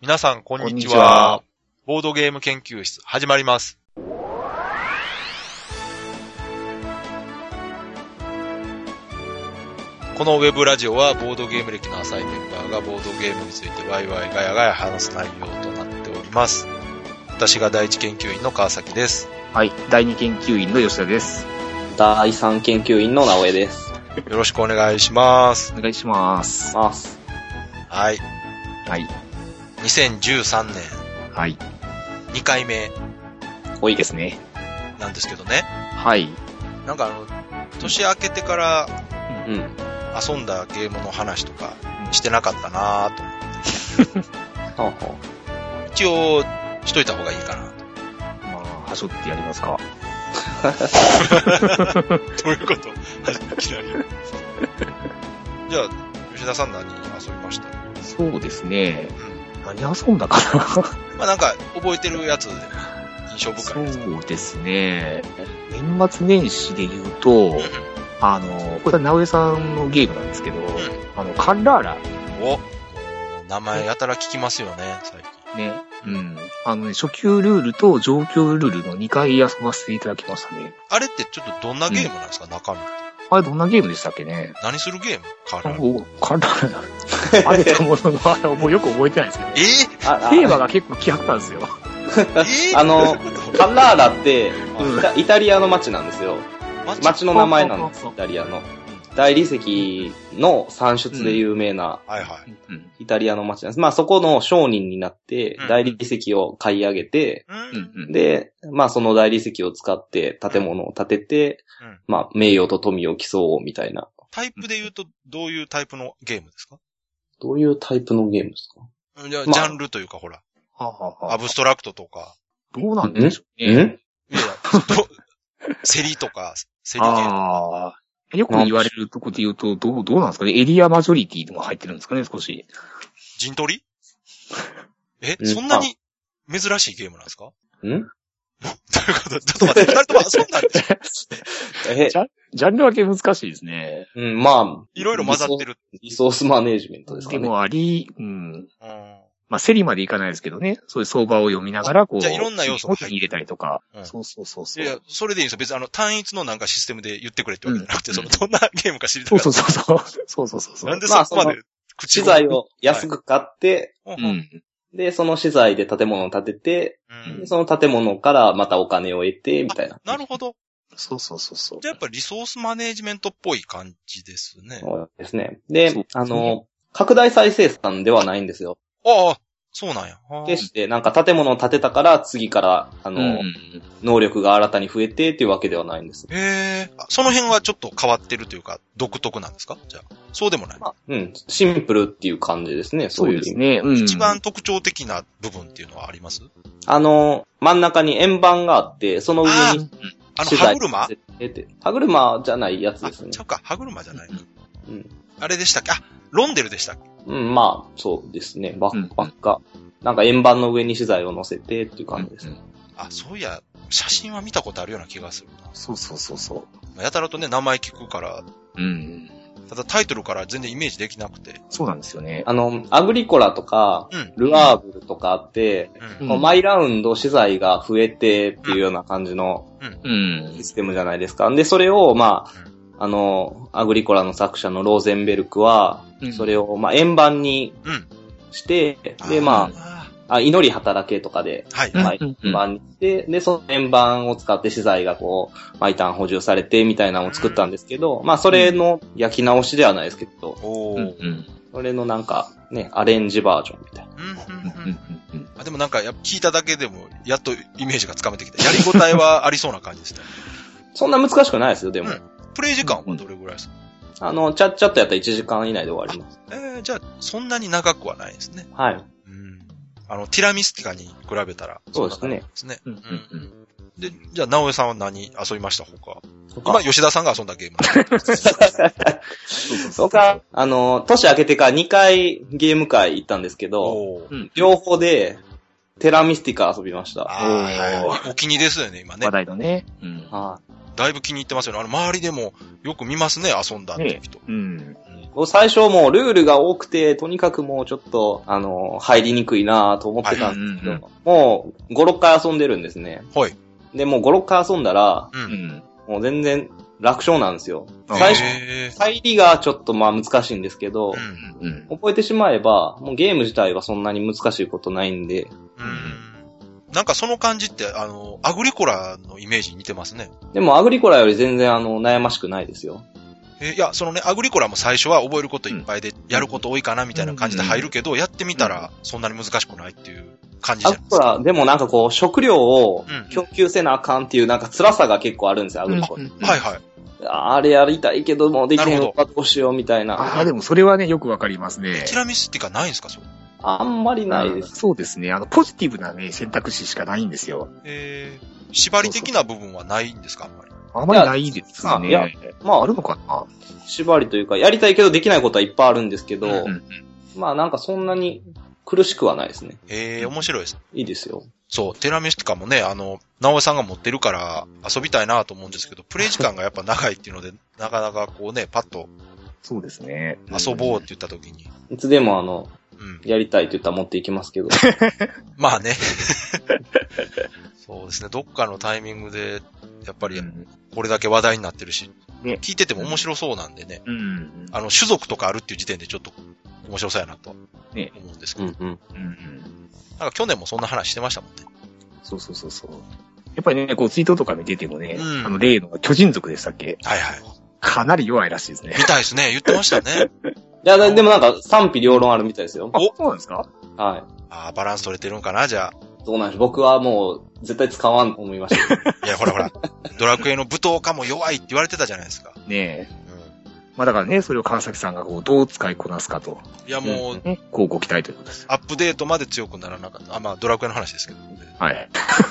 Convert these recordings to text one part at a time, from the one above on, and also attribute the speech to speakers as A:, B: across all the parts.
A: 皆さん、こんにち
B: こんにち
A: は
B: は。
A: ボードゲーム研究室、始まります。このウェブラジオは、ボードゲーム歴の浅いメンバーがボードゲームについてワイワイガヤガヤ話す内容となっております。私が第一研究員の川崎です。
B: はい。第2研究員の吉田です。
C: 第3研究員の直江です。
A: よろしくお願いします。
B: お願いします。
A: はい。
B: はい。
A: 2013年。
B: はい。
A: 2回目。
B: 多いですね。
A: なんですけどね。
B: はい。
A: なんか年明けてから、遊んだゲームの話とかしてなかったなぁと思って。一応、しといた方がいいかなと。
B: まあ、はしょってやりますか。
A: どういうこといきなり。じゃあ、吉田さん何遊びました？
B: そうですね。何遊んだかな
A: まあなんか、覚えてるやつで印象深いです。
B: そうですね。年末年始で言うと、これは直江さんのゲームなんですけど、カンラーラ。
A: お、名前やたら聞きますよね、最近。
B: ね。初級ルールと上級ルールの2回遊ばせていただきましたね。
A: あれってちょっとどんなゲームなんですか、中身。
B: あれどんなゲームでしたっけね？
A: 何するゲーム？カンラ
B: ーラ。あげたものの、もうよく覚えてないですけど。テーマが結構気迫なんですよ。
C: カンラーラって、イタリアの街なんですよ。街の名前なんです、イタリアの。大理石の産出で有名な、イタリアの街なんです。まあそこの商人になって、大理石を買い上げて、で、まあその大理石を使って建物を建てて、まあ名誉と富を競おうみたいな。
A: タイプで言うと、どういうタイプのゲームですか？
C: どういうタイプのゲームですか？
A: ジャンルというかほら。アブストラクトとか。
B: どうなんでしょうね。
A: いや、競りとか、競りゲーム。
B: よく言われるとこで言うと、どうなんですかね？エリアマジョリティとか入ってるんですかね、少し。
A: 陣取り？そんなに珍しいゲームなんですか？どういうこと？ちょっと待って、二人とも遊んだんでしょ？
B: ジャンル分け難しいですね。
C: まあ。
A: いろいろ混ざってる。
C: リソースマネージメントですかね。
B: でもまあ、競りまでいかないですけどね。そういう相場を読みながら、
A: じゃあいろんな要素を
B: 入れたりとか。そう。
A: いや、それでいいんですよ。別に単一のなんかシステムで言ってくれってわけじゃなくて、どんなゲームか知りたい。
B: そう。
A: なんでそこまで
C: 資材を安く買って、で、その資材で建物を建てて、その建物からまたお金を得て、みたいな。
A: なるほど。
B: そう。
A: じゃあやっぱリソースマネージメントっぽい感じですね。
C: そうですね。で、拡大再生産ではないんですよ。
A: ああ、そうなんや。
C: 決してなんか建物を建てたから次から能力が新たに増えてっていうわけではないんです。
A: その辺はちょっと変わってるというか独特なんですか？じゃあそうでもない。
C: シンプルっていう感じですね。
B: そうですね。
A: 一番特徴的な部分っていうのはあります？
C: 真ん中に円盤があって、その上に
A: 歯車？
C: 歯車じゃないやつですね。
A: ちゃうか、歯車じゃない。あれでしたっけ？ロンデルでしたっけ？
C: まあ、そうですね。ばっか。なんか円盤の上に資材を乗せてっていう感じですね。
A: そういや、写真は見たことあるような気がするな。
B: そう。
A: やたらとね、名前聞くから。ただタイトルから全然イメージできなくて。
B: そうなんですよね。
C: アグリコラとか、ルアーブルとかあって、毎ラウンド資材が増えてっていうような感じのシステムじゃないですか。で、それを、まあ、アグリコラの作者のローゼンベルクは、それを、まあ、円盤にして、で、まあ、祈り働けとかで、まあ、円盤にして、で、その円盤を使って資材がこう、毎ターン補充されて、みたいなのを作ったんですけど、まあ、それの焼き直しではないですけど、それのなんか、ね、アレンジバージョンみたいな。
A: でもなんか、聞いただけでも、やっとイメージがつかめてきた。やりごたえはありそうな感じですね。
C: そんな難しくないですよ、でも。
A: プレイ時間はどれぐらいですか？
C: ちゃっちゃっとやったら1時間以内で終わります。
A: じゃあ、そんなに長くはないですね。
C: はい。
A: ティラミスティカに比べたら。
C: そうですね。
A: で、じゃあ、直江さんは何遊びました他？今、吉田さんが遊んだゲーム。
C: 他、年明けてから2回ゲーム会行ったんですけど、両方で、テラミスティカ遊びました。
A: お気に入りですよね、今ね。
B: 話題のね。
A: だいぶ気に入ってますよね。周りでもよく見ますね、遊んだって人。
C: 最初もうルールが多くて、とにかくもうちょっと、入りにくいなと思ってたんですけど、もう5、6回遊んでるんですね。
A: はい。
C: で、もう5、6回遊んだら、もう全然楽勝なんですよ。最初、入りがちょっとまあ難しいんですけど、覚えてしまえば、もうゲーム自体はそんなに難しいことないんで。
A: なんかその感じって、アグリコラのイメージに似てますね。
C: でもアグリコラより全然悩ましくないですよ。
A: いや、そのね、アグリコラも最初は覚えることいっぱいで、やること多いかなみたいな感じで入るけど、やってみたらそんなに難しくないっていう感じじゃないですか。
C: アグリコラ、でもなんかこう、食料を供給せなあかんっていうなんか辛さが結構あるんですよ、アグリコラ。
A: はいはい。
C: あれやりたいけどもできへんのかどうしようみたいな。
B: でもそれはね、よくわかりますね。
A: ティラミスっていうかないんですか、それ。
C: あんまりないです。
B: そうですね。ポジティブなね、選択肢しかないんですよ。
A: 縛り的な部分はないんですか、あんまり。
B: あまりないですね。
C: いや、まあ、
B: あるのかな。
C: 縛りというか、やりたいけどできないことはいっぱいあるんですけど、まあなんかそんなに苦しくはないですね。
A: 面白いです。
C: いいですよ。
A: そう、テラミスとかもね、直江さんが持ってるから遊びたいなと思うんですけど、プレイ時間がやっぱ長いっていうので、なかなかこうね、パッと。
B: そうですね。
A: 遊ぼうって言った時に。
C: いつでもやりたいって言ったら持っていきますけど。
A: まあね。そうですね。どっかのタイミングで、やっぱり、これだけ話題になってるし、聞いてても面白そうなんでね。種族とかあるっていう時点でちょっと面白そうやなと思うんですけど。なんか去年もそんな話してましたもんね。
B: そう。やっぱりね、こうツイートとか見ててもね、例の巨人族でしたっけ？
A: はいはい。
B: かなり弱いらしいですね。
A: みたいですね。言ってましたね。
C: いや、でもなんか賛否両論あるみたいですよ。
B: そうなんですか？
C: はい。
A: バランス取れてるんかな、じゃあ。
C: そうなんです。僕はもう絶対使わんと思いました。
A: いや、ほら。ドラクエの舞踏家も弱いって言われてたじゃないですか。
B: ねえ。まあだからね、それを川崎さんがこうどう使いこなすかと。
A: いやもう、
B: こうご期待ということです。
A: アップデートまで強くならなかった。まあドラクエの話ですけど。
B: はい。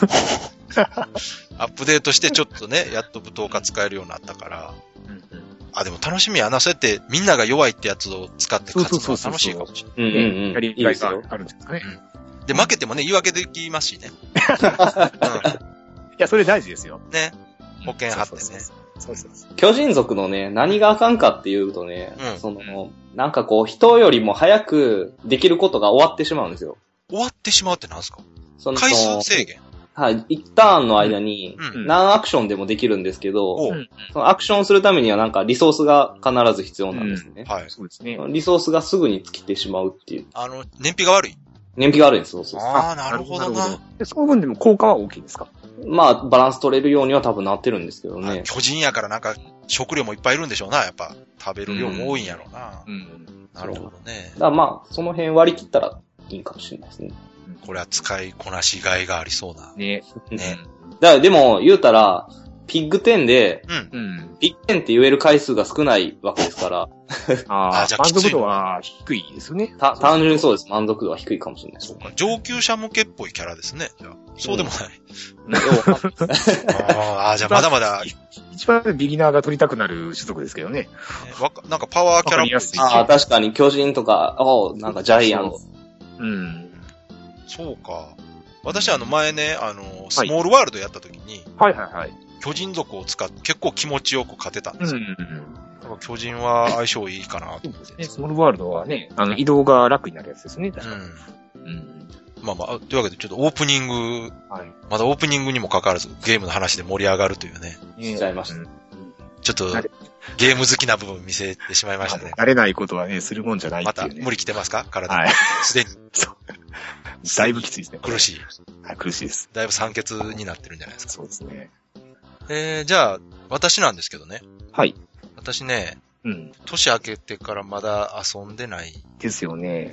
A: アップデートしてちょっとね、やっと舞踏家使えるようになったから。でも楽しみやな。そうやってみんなが弱いってやつを使って勝つのは楽しいかもしれない。
B: やりがいがあるんですかね。
A: で、負けてもね、言い訳できますしね。
B: いや、それ大事ですよ。
A: ね。保険貼ってね。
C: 巨人族のね、何があかんかっていうとね、なんかこう、人よりも早くできることが終わってしまうんですよ。
A: 終わってしまうって何ですか？回数制限？
C: はい。一ターンの間に、何アクションでもできるんですけど、そのアクションするためにはなんかリソースが必ず必要なんですね。
A: はい。
B: そうですね。
C: リソースがすぐに尽きてしまうっていう。
A: 燃費が悪い？
C: 燃費が悪いんです、そう。
A: なるほどな。
B: その分でも効果は大きいんですか？
C: まあ、バランス取れるようには多分なってるんですけどね。
A: 巨人やからなんか、食料もいっぱいいるんでしょうな、やっぱ。食べる量も多いんやろうな。なるほどね。
C: だからまあ、その辺割り切ったらいいかもしれないですね。
A: これは使いこなしがいがありそうな。
B: ね。
C: だからでも、言うたら、ピッグ10で、ピッグ10って言える回数が少ないわけですから。
A: じゃあ
B: 満足度は低いですね。
C: 単純にそうです。満足度は低いかもしれないです。
A: そうか。上級者向けっぽいキャラですね。じゃあそうでもない。じゃあまだまだ。
B: 一番ビギナーが取りたくなる種族ですけどね。
A: なんかパワーキャラっぽい。
C: 確かに巨人とか、なんかジャイアンツ。
A: そうか。私前ね、スモールワールドやった時に、巨人族を使って結構気持ちよく勝てたんですよ。巨人は相性いいかなと思って。
B: スモールワールドはね、移動が楽になるやつですね。
A: まあ、というわけでちょっとオープニング、まだオープニングにもかかわらずゲームの話で盛り上がるというね。
C: しちゃいました。
A: ちょっと、ゲーム好きな部分見せてしまいましたね。
B: 慣れないことはね、するもんじゃないっていうね。
A: また無理きてますか？体。すでに。
B: そう。だいぶきついですね。
A: 苦しい。
B: 苦しいです。
A: だいぶ酸欠になってるんじゃないですか。
B: そうですね。
A: じゃあ、私なんですけどね。
B: はい。
A: 私ね、年明けてからまだ遊んでない。
B: ですよね。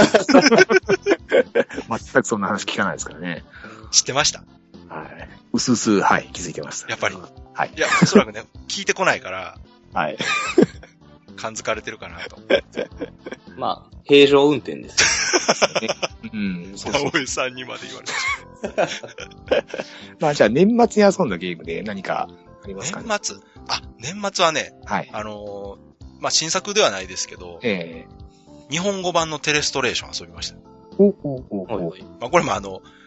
B: 全くそんな話聞かないですからね。
A: 知ってました？
B: はい。うすうす、はい、気づいてました。
A: やっぱり。
B: はい。
A: いや、おそらくね、聞いてこないから。
B: はい。
A: 感づかれてるかなと。
C: まあ、平常運転です。
A: 直江さんにまで言われました。
B: まあ、じゃあ年末に遊んだゲームで何かありますかね？
A: 年末はね、
B: はい。
A: まあ、新作ではないですけど、日本語版のテレストレーション遊びました。
B: ま
A: あ、これも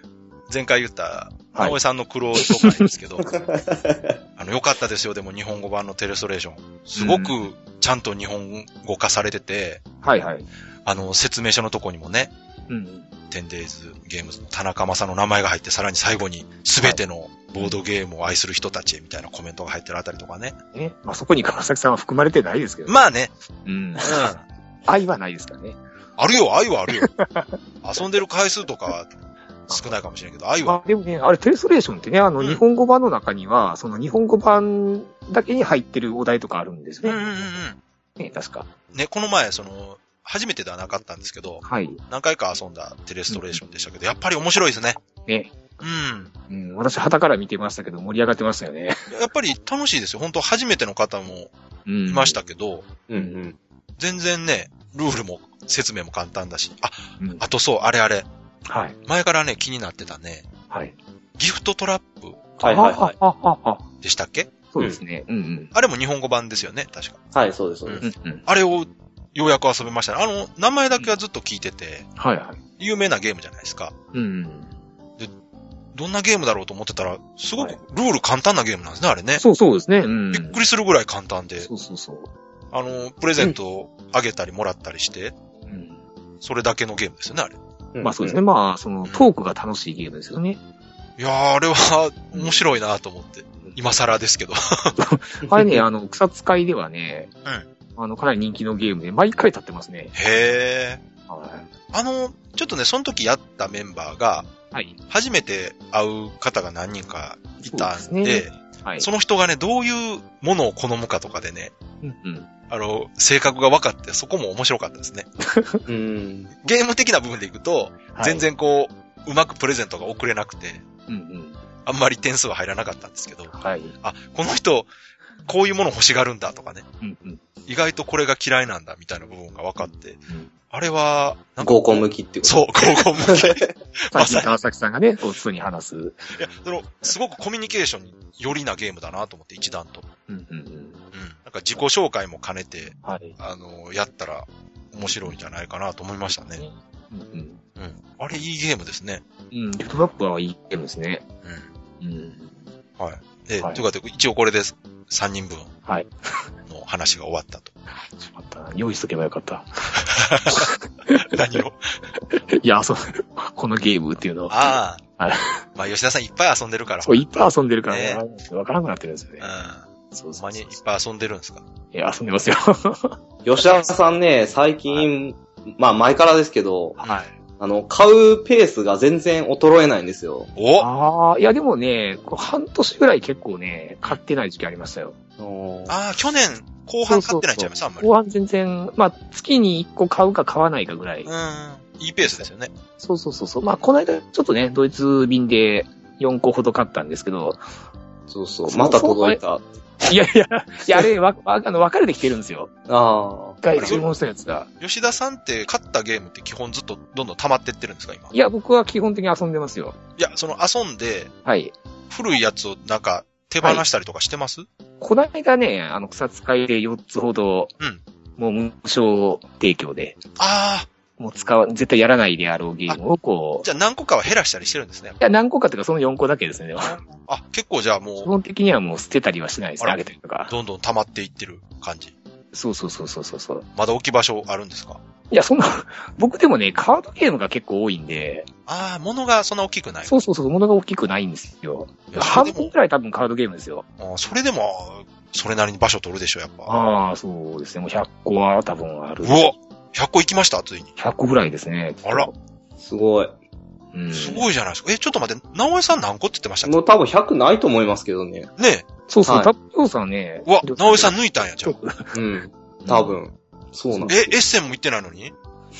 A: 前回言った、直江さんの苦労とかですけど、よかったですよ、でも日本語版のテレストレーション。すごくちゃんと日本語化されてて、
B: はいはい。
A: 説明書のとこにもね、10days ゲームズの田中正の名前が入って、さらに最後に全てのボードゲームを愛する人たちへみたいなコメントが入ってるあたりとかね。
B: まあそこに川崎さんは含まれてないですけど、
A: まあね。
B: 愛はないですかね。
A: あるよ、愛はあるよ。遊んでる回数とか少ないかもしれんけど、愛は。
B: でもね、あれテレストレーションってね、日本語版の中には、その日本語版だけに入ってるお題とかあるんですね。ね、確か。
A: ね、この前、初めてではなかったんですけど、何回か遊んだテレストレーションでしたけど、やっぱり面白いですね。
B: ね。私、旗から見てましたけど、盛り上がってましたよね。
A: やっぱり楽しいですよ。本当初めての方もいましたけど、全然ね、ルールも説明も簡単だし、あとそう、あれ。前からね、気になってたね。ギフトトラップ。でしたっけ？
B: そうですね。
A: あれも日本語版ですよね、確か。
C: はい、そうです、そうです。
A: あれをようやく遊べましたね。名前だけはずっと聞いてて、有名なゲームじゃないですか。で、どんなゲームだろうと思ってたら、すごくルール簡単なゲームなんですね、あれね。
B: そうですね。
A: びっくりするぐらい簡単で。プレゼントをあげたりもらったりして、それだけのゲームですよね、あれ。
B: まあそうですね。まあ、トークが楽しいゲームですよね。
A: いやー、あれは面白いなと思って。今更ですけど。
B: あれね、草使いではね、かなり人気のゲームで、毎回立ってますね。
A: へー。ちょっとね、その時やったメンバーが、初めて会う方が何人かいたんで、その人がね、どういうものを好むかとかでね、性格が分かって、そこも面白かったですね。ゲーム的な部分でいくと、全然うまくプレゼントが送れなくて、あんまり点数は入らなかったんですけど、この人、こういうもの欲しがるんだとかね、意外とこれが嫌いなんだみたいな部分が分かって、あれは、
C: 合コン向きっていうこと。
A: そう、合コン向き。
B: まさに川崎さんがね、普通に話す。
A: いや、すごくコミュニケーションに有利なゲームだなと思って、一段と。なんか自己紹介も兼ねて、やったら面白いんじゃないかなと思いましたね。あれいいゲームですね。
B: ギフトラップはいいゲームですね。
A: はい。というか、一応これです。3人分の話が終わったと。
B: しまった。用意しとけばよかった。
A: 何を
B: いや、このゲームっていうのを。
A: まあ、吉田さんいっぱい遊んでるから。
B: そう、いっぱい遊んでるからね。わからなくなってるんですよね。
A: ほんまにいっぱい遊んでるんですか？
B: いや、遊んでますよ。
C: 吉田さんね、最近、まあ前からですけど、買うペースが全然衰えないんですよ。
B: いやでもね、半年ぐらい結構ね、買ってない時期ありましたよ。
A: 去年、後半買ってないんちゃいます？あんまり。
B: 後半全然、まあ月に1個買うか買わないかぐらい。
A: いいペースですよね。
B: そう。まあこの間ちょっとね、ドイツ便で4個ほど買ったんですけど。
C: また届いた。
B: いや、あれ、分かれてきてるんですよ。一回注文したやつが。
A: 吉田さんって買ったゲームって基本ずっとどんどん溜まってってるんですか、今？
B: いや、僕は基本的に遊んでますよ。
A: いや、遊んで、古いやつをなんか手放したりとかしてます？
B: この間ね、草使いで4つほど、もう無償提供で。もう絶対やらないであろうゲームを
A: じゃあ何個かは減らしたりしてるんですね。
B: いや、何個かっていうかその4個だけですね。
A: 結構じゃあもう。
B: 基本的にはもう捨てたりはしないですね、あげたりとか。
A: どんどん溜まっていってる感じ。
B: そう。
A: まだ置き場所あるんですか？
B: いや、僕でもね、カードゲームが結構多いんで。
A: 物がそんな大きくない？
B: そう、物が大きくないんですよ。半分くらい多分カードゲームですよ。
A: それでも、それなりに場所取るでしょ、やっぱ。
B: そうですね。もう100個は多分ある。
A: 100個行きました？ついに。
B: 100個ぐらいですね。
A: あら。
C: すごい。
A: すごいじゃないですか。ちょっと待って、直江さん何個って言ってましたっけ？
C: もう多分100ないと思いますけどね。
A: ねえ。
B: そう、タップさんね。
A: 直江さん抜いたんや、じゃあ。
C: 多分。そうなんです。
A: エッセンも行ってないのに？
B: い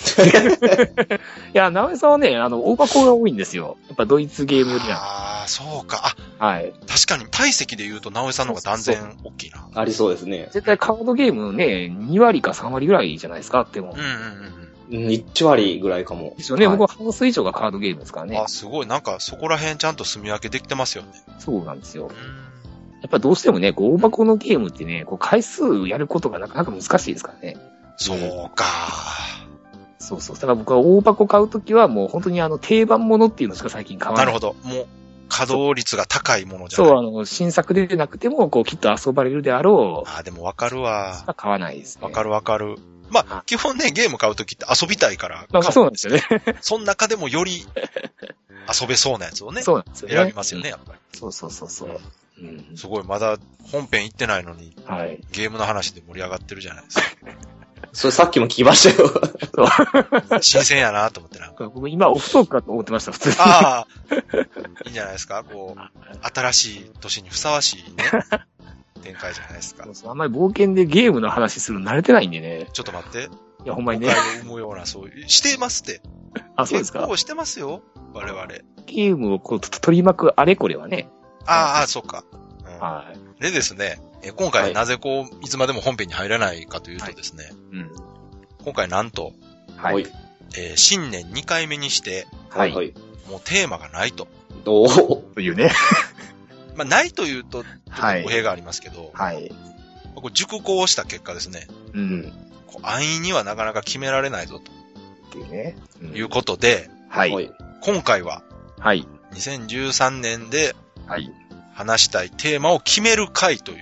B: や、直江さんはね、大箱が多いんですよ。やっぱドイツゲームよりな。
A: そうか。
B: はい。
A: 確かに体積で言うと直江さんの方が断然大きいな。
C: ありそうですね。
B: 絶対カードゲームね、2割か3割ぐらいじゃないですかっても。
C: 1割ぐらいかも。
B: ですよね。僕は半数以上がカードゲームですからね。
A: すごい。なんかそこら辺ちゃんと住み分けできてますよね。
B: そうなんですよ。やっぱどうしてもね、大箱のゲームってね、回数やることがなかなか難しいですからね。
A: そうか。
B: そうそう。だから僕は大箱買うときはもう本当に定番ものっていうのしか最近買わない。
A: なるほど。もう、稼働率が高いものじゃない。
B: そう、新作でなくても、こう、きっと遊ばれるであろう。
A: ああ、でもわかるわ。
B: しか買わないですね。
A: わかるわかる。まあ、基本ね、ゲーム買うときって遊びたいから
B: まあ、そうなんですよね。
A: その中でもより遊べそうなやつをね。
B: そうなんですよね。
A: 選びますよね、やっぱり。
B: そうそうそうそう。
A: うん、すごい、まだ本編行ってないのに、はい、ゲームの話で盛り上がってるじゃないですか。
C: それさっきも聞きましたよ。
A: そう新鮮やなと思ってな。
B: 僕今オフトークかと思ってました、普通に。
A: ああ。いいんじゃないですかこう、新しい年にふさわしいね、展開じゃないですか。
B: そうそう、あんまり冒険でゲームの話するの慣れてないんでね。
A: ちょっと待って。
B: いや、ほんまにね。
A: 思うような、そういう、してますって。
B: あ、そうですか。
A: 結構してますよ、我々。
B: ゲームをこう取り巻くあれこれはね。
A: ああ、そうか。
B: うん、はい。
A: でですね、今回なぜこう、いつまでも本編に入らないかというとですね、はい、うん、今回なんと、
B: はい。
A: 新年2回目にして、
B: はい。
A: もうテーマがないと。
C: おー。
B: というね。
A: まあ、ないというと、語弊がありますけど、
B: はい。
A: こう熟考した結果ですね、
B: うん。
A: 安易にはなかなか決められないぞと。
B: っていうね。
A: うん、いうことで、
B: はい。
A: 今回は、
B: はい。
A: 2013年で、
B: はい。
A: 話したいテーマを決める回という。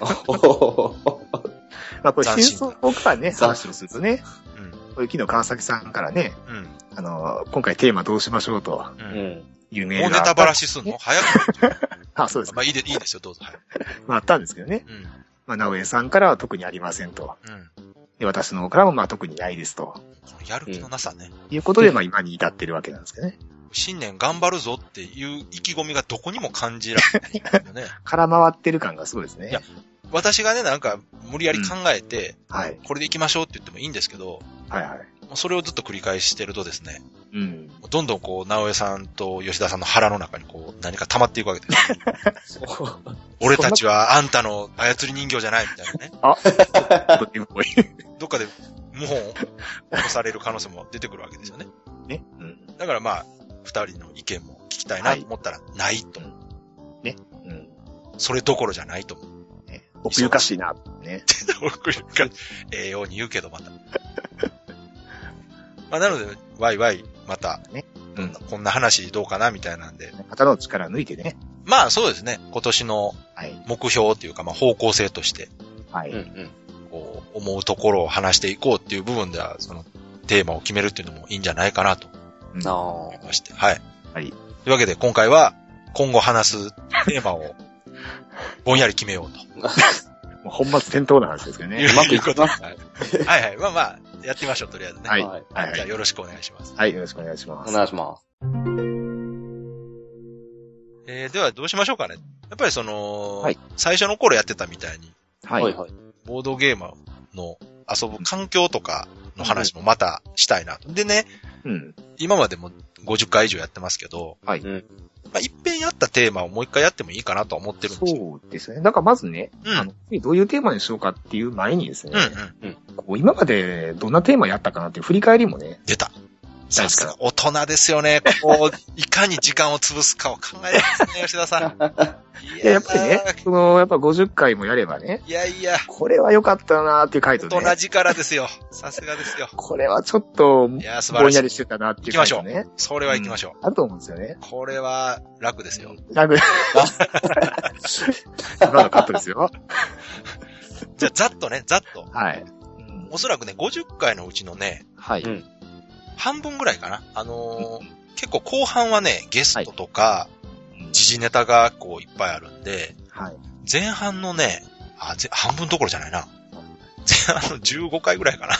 B: まあこれ、真相からね、話をするとね、うん、こういう昨日川崎さんからね、うん、今回テーマどうしましょうと、うん、いうメールが、ね。もう
A: ネタバラシすんの早く。
B: あ、そうですか。
A: まあいいですよ、どうぞ。はい、
B: まああったんですけどね。うん、まあ、直江さんからは特にありませんと。うん、で、私の方からもまあ特にないですと。
A: やる気のなさね。
B: いうことで、まあ今に至ってるわけなんですけどね。
A: 新年頑張るぞっていう意気込みがどこにも感じられないよね。
B: 空回ってる感がすごいですね。
A: いや、私がね、なんか無理やり考えて、
B: うん、はい。
A: これで行きましょうって言ってもいいんですけど、
B: はいはい。
A: もうそれをずっと繰り返してるとですね、
B: うん。
A: どんどんこう、直江さんと吉田さんの腹の中にこう、何か溜まっていくわけです。俺たちはあんたの操り人形じゃないみたいなね。
B: あ
A: どっかで謀反を起こされる可能性も出てくるわけですよね。
B: ね。うん。
A: だからまあ、二人の意見も聞きたいなと思ったら、ないと。
B: ね。うん。
A: それどころじゃないと。
B: ね。奥ゆかしいな。ね。
A: 奥ゆかしい。ように言うけどまた。まあなので、ワイワイ、また、
B: ね。
A: うん。こんな話どうかなみたいなんで。
B: 肩の力抜いてね。
A: まあそうですね。今年の目標っていうか、まあ方向性として。
B: はい。
A: うんうん。こう、思うところを話していこうっていう部分では、その、テーマを決めるっていうのもいいんじゃないかなと。思いまして。はい。
B: はい。
A: というわけで今回は今後話すテーマをぼんやり決めようと。
B: もう本末転倒な話ですけどね。
A: うまくいくこと。はいはい。まあまあ、やってみましょう、とりあえずね。
B: はい。
A: はい。じゃあよろしくお願いします。
B: はい、よろしくお願いします。
C: お願いします。
A: ではどうしましょうかね。やっぱりその、
B: はい、
A: 最初の頃やってたみたいに、
B: はい。
A: ボードゲームの遊ぶ環境とかの話もまたしたいなと。でね、
B: うん、
A: 今までも50回以上やってますけど、
B: はい。
A: まあ、一遍やったテーマをもう一回やってもいいかなと思ってるんですよ。
B: そうですね。だからまずね、どういうテーマにしようかっていう前にですね、こう今までどんなテーマやったかなっていう振り返りもね。
A: 出た。さすが大人ですよね。こう、いかに時間を潰すかを考えてますね、吉田さん。
B: いや、やっぱりね、やっぱ50回もやればね。
A: いやいや。
B: これは良かったなーっていう回答ね。
A: 大人力ですよ。さすがですよ。
B: これはちょっと、ぼんやりしてたなっていう回答ね。
A: 行きましょう。それは行きましょう。
B: あると思うんですよね。
A: これは楽ですよ。
B: 楽。今のカットですよ。
A: じゃあ、ざっとね、ざっと。
B: はい。
A: おそらくね、50回のうちのね、
B: はい。
A: 半分ぐらいかな。結構後半はね、ゲストとか、時事ネタがこういっぱいあるんで、
B: はい。
A: 前半のね、半分どころじゃないな。前半の15回ぐらいかな。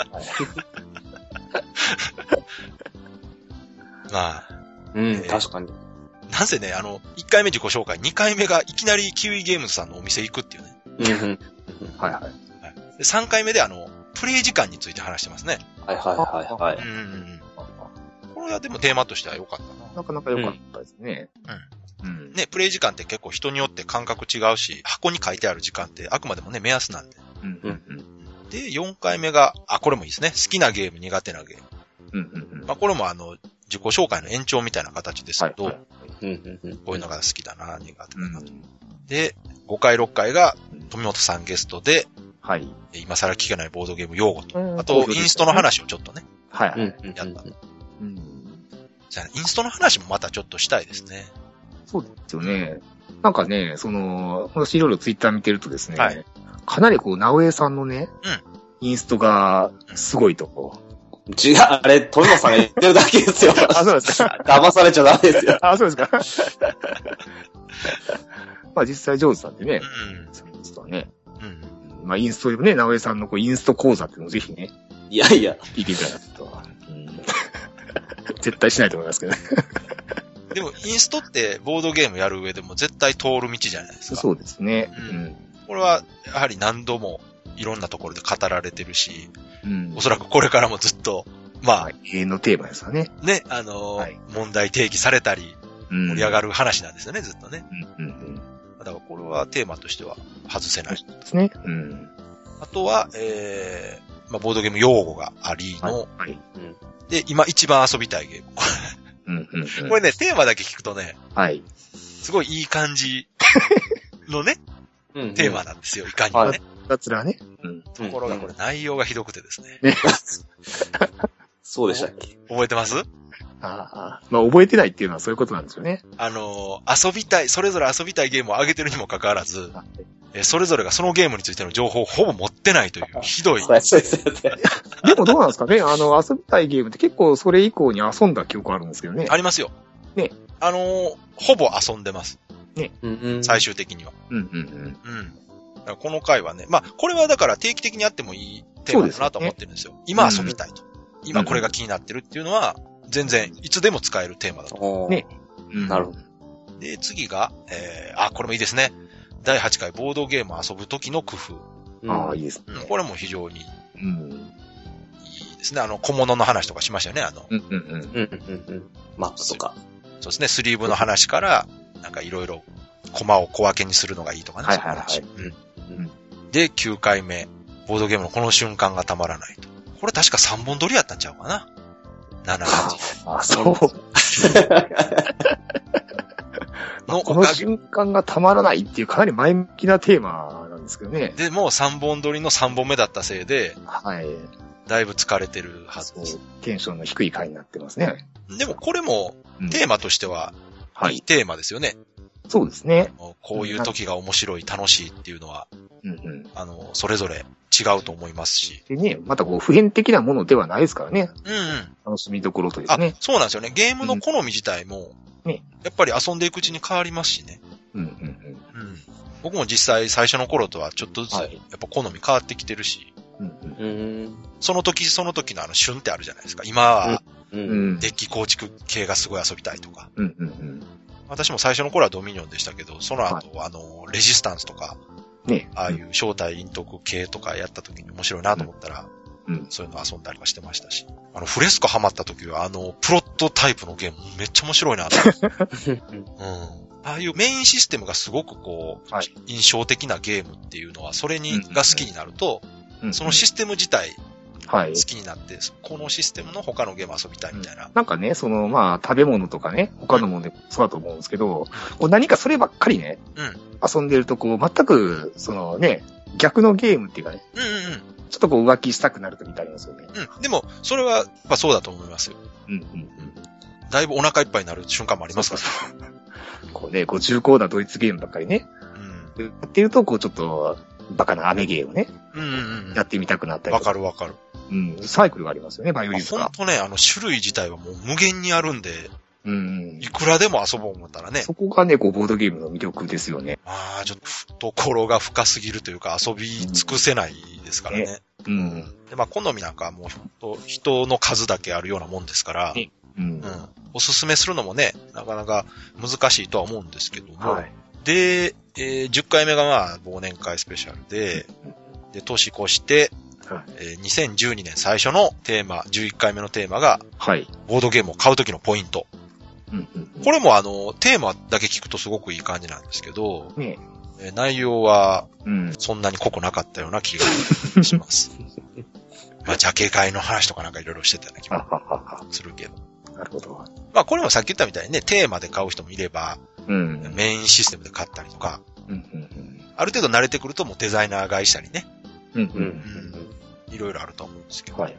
A: まあ。
C: 確かに。
A: なぜね、1回目自己紹介、2回目がいきなりキウイゲームズさんのお店行くっていうね。
B: はいはい。
A: で3回目でプレイ時間について話してますね。
C: はいはい。
A: これはでもテーマとしては良かったな。
B: なかなか良かったですね。
A: ね、プレイ時間って結構人によって感覚違うし、箱に書いてある時間ってあくまでもね、目安なんで。で、4回目が、これもいいですね。好きなゲーム、苦手なゲーム。まあ、これも自己紹介の延長みたいな形ですけど、こういうのが好きだな、苦手だなと。で、5回、6回が、富本さんゲストで、
B: はい。
A: 今更聞けないボードゲーム用語と。あと、インストの話をちょっとね、
B: はいはい。
A: やった。じゃあ、インストの話もまたちょっとしたいですね。
B: そうですよね。なんかね、私いろいろツイッター見てるとですね、はい、かなり直江さんのね、インストがすごいと。
C: 違う、あれ、富野さんが言ってるだけですよ。
B: あ、そうですか。
C: 騙されちゃダメですよ。
B: あ、そうですか。まあ実際上手なんでね、そういう人はね。まあインストね、直江さんのインスト講座っていうのをぜひね。
C: いやいや。
B: 聞いていただくと。絶対しないと思いますけどね。
A: でも、インストってボードゲームやる上でも絶対通る道じゃないですか。
B: そうですね。
A: これは、やはり何度もいろんなところで語られてるし、おそらくこれからもずっと、まあ、
B: 永遠のテーマですよね。
A: ね、問題提起されたり、盛り上がる話なんですよね、ずっとね。だからこれはテーマとしては外せない。
B: ですね。
A: あとは、まあ、ボードゲーム用語がありの、で、今一番遊びたいゲーム。これね、テーマだけ聞くとね、すごいいい感じのね、テーマなんですよ、いかにもね。
B: だつらね。
A: ところがこれ内容がひどくてですね。
C: そうでしたっけ？
A: 覚えてます？
B: まあ覚えてないっていうのはそういうことなんですよね。
A: 遊びたい、それぞれ遊びたいゲームを上げてるにもかかわらず、それぞれがそのゲームについての情報をほぼ持ってないというひどい。
B: でもどうなんですかね、遊びたいゲームって結構それ以降に遊んだ記憶あるんですけどね。
A: ありますよ。
B: ね。
A: ほぼ遊んでます。
B: ね。
A: 最終的には。この回はね、まあ、これはだから定期的にあってもいいテーマだなと思ってるんですよ。今遊びたいと。今これが気になってるっていうのは、全然いつでも使えるテーマだと。
B: ね。
C: なるほど。
A: で、次が、これもいいですね。第8回ボードゲーム遊ぶ時の工夫。
B: いいですね。
A: これも非常に、いいですね。小物の話とかしましたよね。
C: マップとか。
A: そうですね。スリーブの話から、なんかいろいろ、コマを小分けにするのがいいとかね。で、9回目。ボードゲームのこの瞬間がたまらないと。これ確か3本撮りやったんちゃうかな。7、8。
B: そう。この瞬間がたまらないっていうかなり前向きなテーマなんですけどね。
A: で、もう3本撮りの3本目だったせいで、だいぶ疲れてるはずです。
B: テンションの低い回になってますね。
A: でもこれも、テーマとしては、いいテーマですよね。
B: そうですね。
A: こういう時が面白い、楽しいっていうのは、それぞれ違うと思いますし。
B: でね、また普遍的なものではないですからね。楽しみどころというね。
A: そうなんですよね。ゲームの好み自体も、やっぱり遊んでいくうちに変わりますしね。僕も実際最初の頃とはちょっとずつ、やっぱ好み変わってきてるし、その時その時の旬ってあるじゃないですか。今は、デッキ構築系がすごい遊びたいとか。私も最初の頃はドミニオンでしたけど、その後、レジスタンスとか、ああいう正体陰徳系とかやった時に面白いなと思ったら、そういうの遊んだりはしてましたし。フレスコハマった時は、プロットタイプのゲームめっちゃ面白いなと。ああいうメインシステムがすごく印象的なゲームっていうのは、それが好きになると、そのシステム自体、好きになって、このシステムの他のゲーム遊びたいみたいな。
B: なんかね、まあ、食べ物とかね、他のものでそうだと思うんですけど、何かそればっかりね、遊んでると全く、逆のゲームっていうかね、ちょっと浮気したくなるときってありますよね。
A: でも、それは、やっぱそうだと思いますよ。だいぶお腹いっぱいになる瞬間もありますから
B: ね。重厚なドイツゲームばっかりね。やってると、ちょっと、バカなアメゲーをね。やってみたくなったり。
A: わかるわかる。
B: サイクルがありますよね、バイオリンとか。
A: ほんとね、種類自体はもう無限にあるんで、いくらでも遊ぼう思ったらね。
B: そこがね、ボードゲームの魅力ですよね。
A: ちょっと懐が深すぎるというか遊び尽くせないですからね。で、まあ、好みなんかはもう人の数だけあるようなもんですから、おすすめするのもね、なかなか難しいとは思うんですけども。で、10回目がまあ、忘年会スペシャルで、年越して、2012年最初のテーマ、11回目のテーマが、ボードゲームを買うときのポイント。これもテーマだけ聞くとすごくいい感じなんですけど、内容は、そんなに濃くなかったような気がします。まあ、ジャケ買いの話とかなんかいろいろしてたような気もするけど。
B: なるほど。
A: まあ、これもさっき言ったみたいにね、テーマで買う人もいれば、メインシステムで買ったりとか、ある程度慣れてくるともうデザイナー買いしたりね。いろいろあると思うんですけど。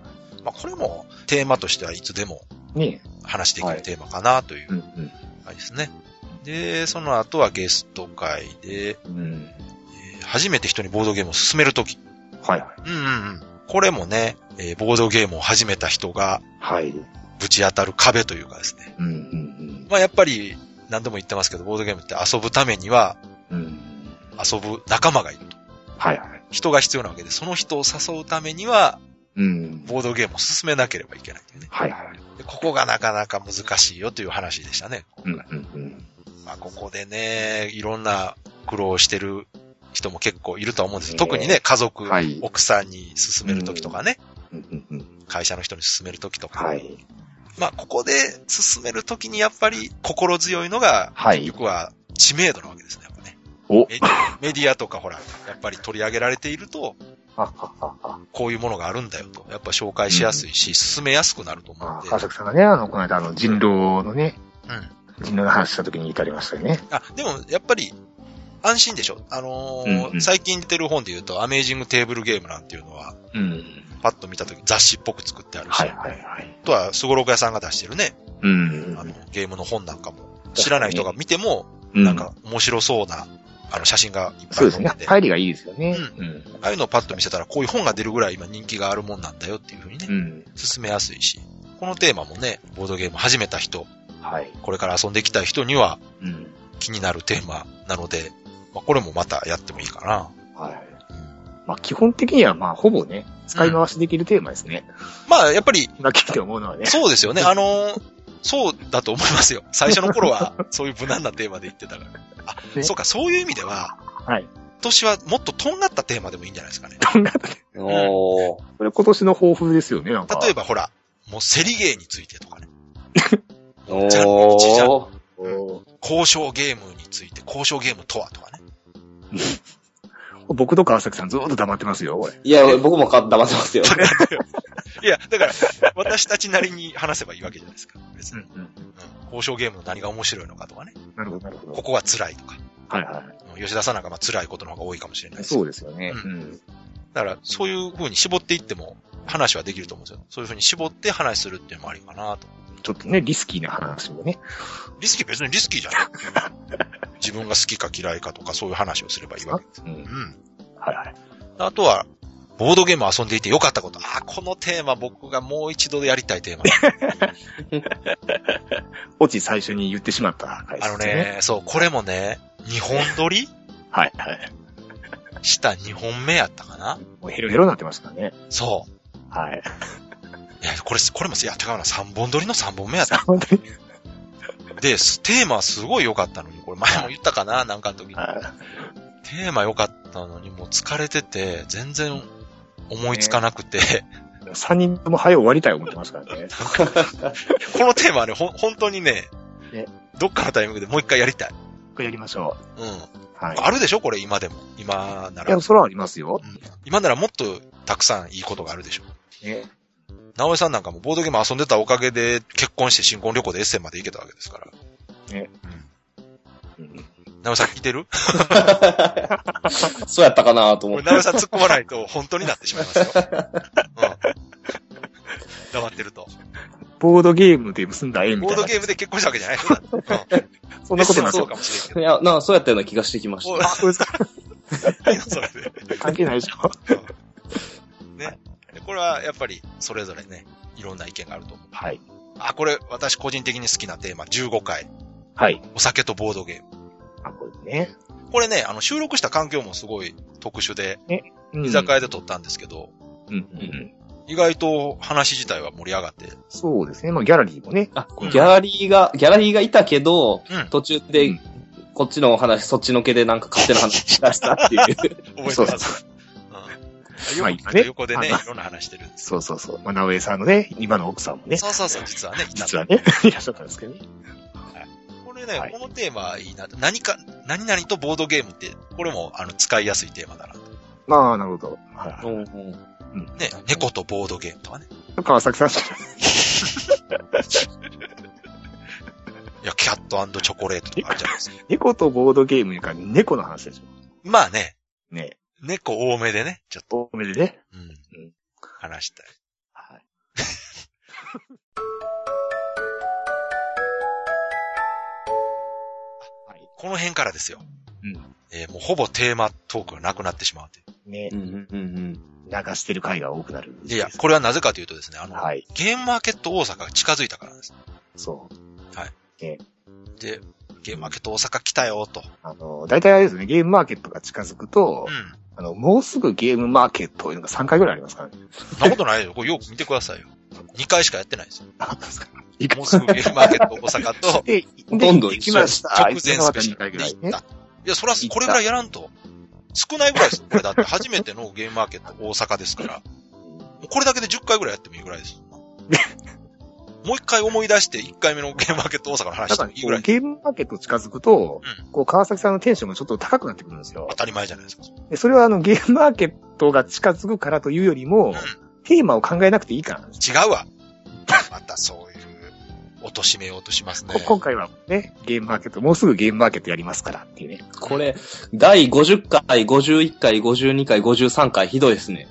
A: まあこれもテーマとしてはいつでも話できるテーマかなという感じですね。で、その後はゲスト会で、初めて人にボードゲームを進めるとき。
B: はいはい。
A: これもね、ボードゲームを始めた人が、ぶち当たる壁というかですね。まあやっぱり何度も言ってますけど、ボードゲームって遊ぶためには、遊ぶ仲間がいると。人が必要なわけで、その人を誘うためには、ボードゲームを進めなければいけないというね。でここがなかなか難しいよという話でしたね。まあここでね、いろんな苦労してる人も結構いると思うんです。特にね、家族、奥さんに勧めるときとかね、会社の人に勧めるときとか。まあここで勧めるときにやっぱり心強いのが、結局は知名度なわけですね。やっぱね。メディアとかほら、やっぱり取り上げられていると、こういうものがあるんだよと。やっぱ紹介しやすいし、進めやすくなると思うんで。
B: 川崎さんがね、この間人狼のね、人狼の話した時に至りましたよね。
A: でもやっぱり、安心でしょ。最近出てる本で言うと、アメージングテーブルゲームなんていうのは、パッと見た時雑誌っぽく作ってあるし、あとはスゴロク屋さんが出してるね、ゲームの本なんかも、知らない人が見ても、なんか面白そうな、写真がいっぱい載ってて。
B: そうですね。入りがいいですよね。
A: ああいうのをパッと見せたら、こういう本が出るぐらい今人気があるもんなんだよっていうふうにね、進めやすいし、このテーマもね、ボードゲーム始めた人、これから遊んでいきたい人には、気になるテーマなので、まあ、これもまたやってもいいかな。
B: まあ、基本的には、まあ、ほぼね、使い回しできるテーマですね。
A: まあ、やっぱり、
B: 今聞いて思うのはね。
A: そうですよね。そうだと思いますよ。最初の頃は、そういう無難なテーマで言ってたから。そうか、そういう意味では、今年はもっととんがったテーマでもいいんじゃないですかね。
B: とんがったテーマ。それ今年の抱負ですよね、なんか。
A: 例えばほら、もう競りゲーについてとかね。交渉ゲームについて、交渉ゲームとはとかね。
B: 僕と川崎さんずっと黙ってますよ、これ。
C: いや、僕も黙ってますよ。
A: いや、だから、私たちなりに話せばいいわけじゃないですか。別に。交渉ゲームの何が面白いのかとかね。
B: なるほど、なるほど。
A: ここが辛いとか。吉田さんなんか辛いことの方が多いかもしれないです。
B: そうですよね。
A: だから、そういう風に絞っていっても話はできると思うんですよ。そういう風に絞って話するっていうのもありかなと。
B: ちょっとね、リスキーな話もね。
A: 別にリスキーじゃない。自分が好きか嫌いかとかそういう話をすればいいわけです。あとは、ボードゲームを遊んでいてよかったこと。このテーマ僕がもう一度やりたいテーマ。
B: オチ最初に言ってしまった回ですね。
A: そう、これもね、2本撮りした2本目やったかな。
B: もうヘロヘロになってましたね。
A: そう。いや、これも、いや、違うな、3本撮りの3本目やった。で、テーマすごい良かったのに、これ前も言ったかな、なんかの時に。テーマ良かったのに、もう疲れてて、全然思いつかなくて。
B: 3人とも早終わりたい思ってますからね。
A: このテーマはね、本当にね、どっかのタイミングでもう一回やりたい。
B: これやりましょう。
A: あるでしょこれ今でも。今なら。
B: いや、それはありますよ。
A: 今ならもっとたくさんいいことがあるでしょ。直江さんなんかもボードゲーム遊んでたおかげで結婚して新婚旅行でエッセンまで行けたわけですから。直江さん聞いてる
C: そうやったかなと思って。
A: 直江さん突っ込まないと本当になってしまいますよ。黙ってると。
B: ボードゲームで結んだ縁みたいな。
A: ボードゲームで結婚したわけじゃない
B: そんなことない。
A: そうかもしれんけど。
C: いや、そうやったような気がしてきました。
B: そうですか。
A: それで。
B: 関係ないでしょ。
A: ね。これはやっぱりそれぞれね、いろんな意見があると思う。これ私個人的に好きなテーマ15回。お酒とボードゲーム。
B: これね。
A: これね、収録した環境もすごい特殊で、居酒屋で撮ったんですけど、意外と話自体は盛り上がって。
B: そうですね。まあギャラリーもね。
C: ギャラリーがいたけど、途中で、こっちの話、そっちのけでなんか勝手な話しだしたっていう。覚
A: えてます。横でね、いろんな話してるんです。
B: そう。まあ、直江さんのね、今の奥さんもね。
A: そう、実はね、
B: いらっしゃったんですけどね。
A: これね、このテーマいいな。何々とボードゲームって、これも使いやすいテーマだなと。
B: なるほど。
A: ね、猫とボードゲームとかね。
B: 川崎さん。
A: いや、キャット&チョコレートとかあるじゃないですか。
B: 猫とボードゲームに関して猫の話でしょ。
A: まあね。猫多めでね、ちょっと。
B: 多めでね。
A: 話したい。 この辺からですよ。もうほぼテーマトークがなくなってしまうという。
B: ね。流してる回が多くなる。
A: いや、これはなぜかというとですね、ゲームマーケット大阪が近づいたからです。
B: そう。
A: はい。で、ゲームマーケット大阪来たよ、と。
B: 大体あれですね、ゲームマーケットが近づくと、もうすぐゲームマーケットいうのが3回ぐらいありますからね。
A: そんなことないよ。これよく見てくださいよ。2回しかやってないですよ。もうすぐゲームマーケット大阪と、
B: どんどん行きました。
A: 直前スペシャルで行った。いや、そら、これぐらいやらんと。少ないぐらいですよ。これだって初めてのゲームマーケット大阪ですから。これだけで10回ぐらいやってもいいぐらいです。もう一回思い出して1回目のゲームマーケット大阪の話してもいいぐらい。
B: ゲームマーケット近づくと、川崎さんのテンションがちょっと高くなってくるんですよ。
A: 当たり前じゃないですか。
B: でそれはゲームマーケットが近づくからというよりも、テーマを考えなくていいからなんです。
A: 違うわ。またそういう、貶としめようとしますね。
B: 今回はね、ゲームマーケット、もうすぐゲームマーケットやりますからっていうね。
C: これ、第50回、51回、52回、53回、ひどいですね。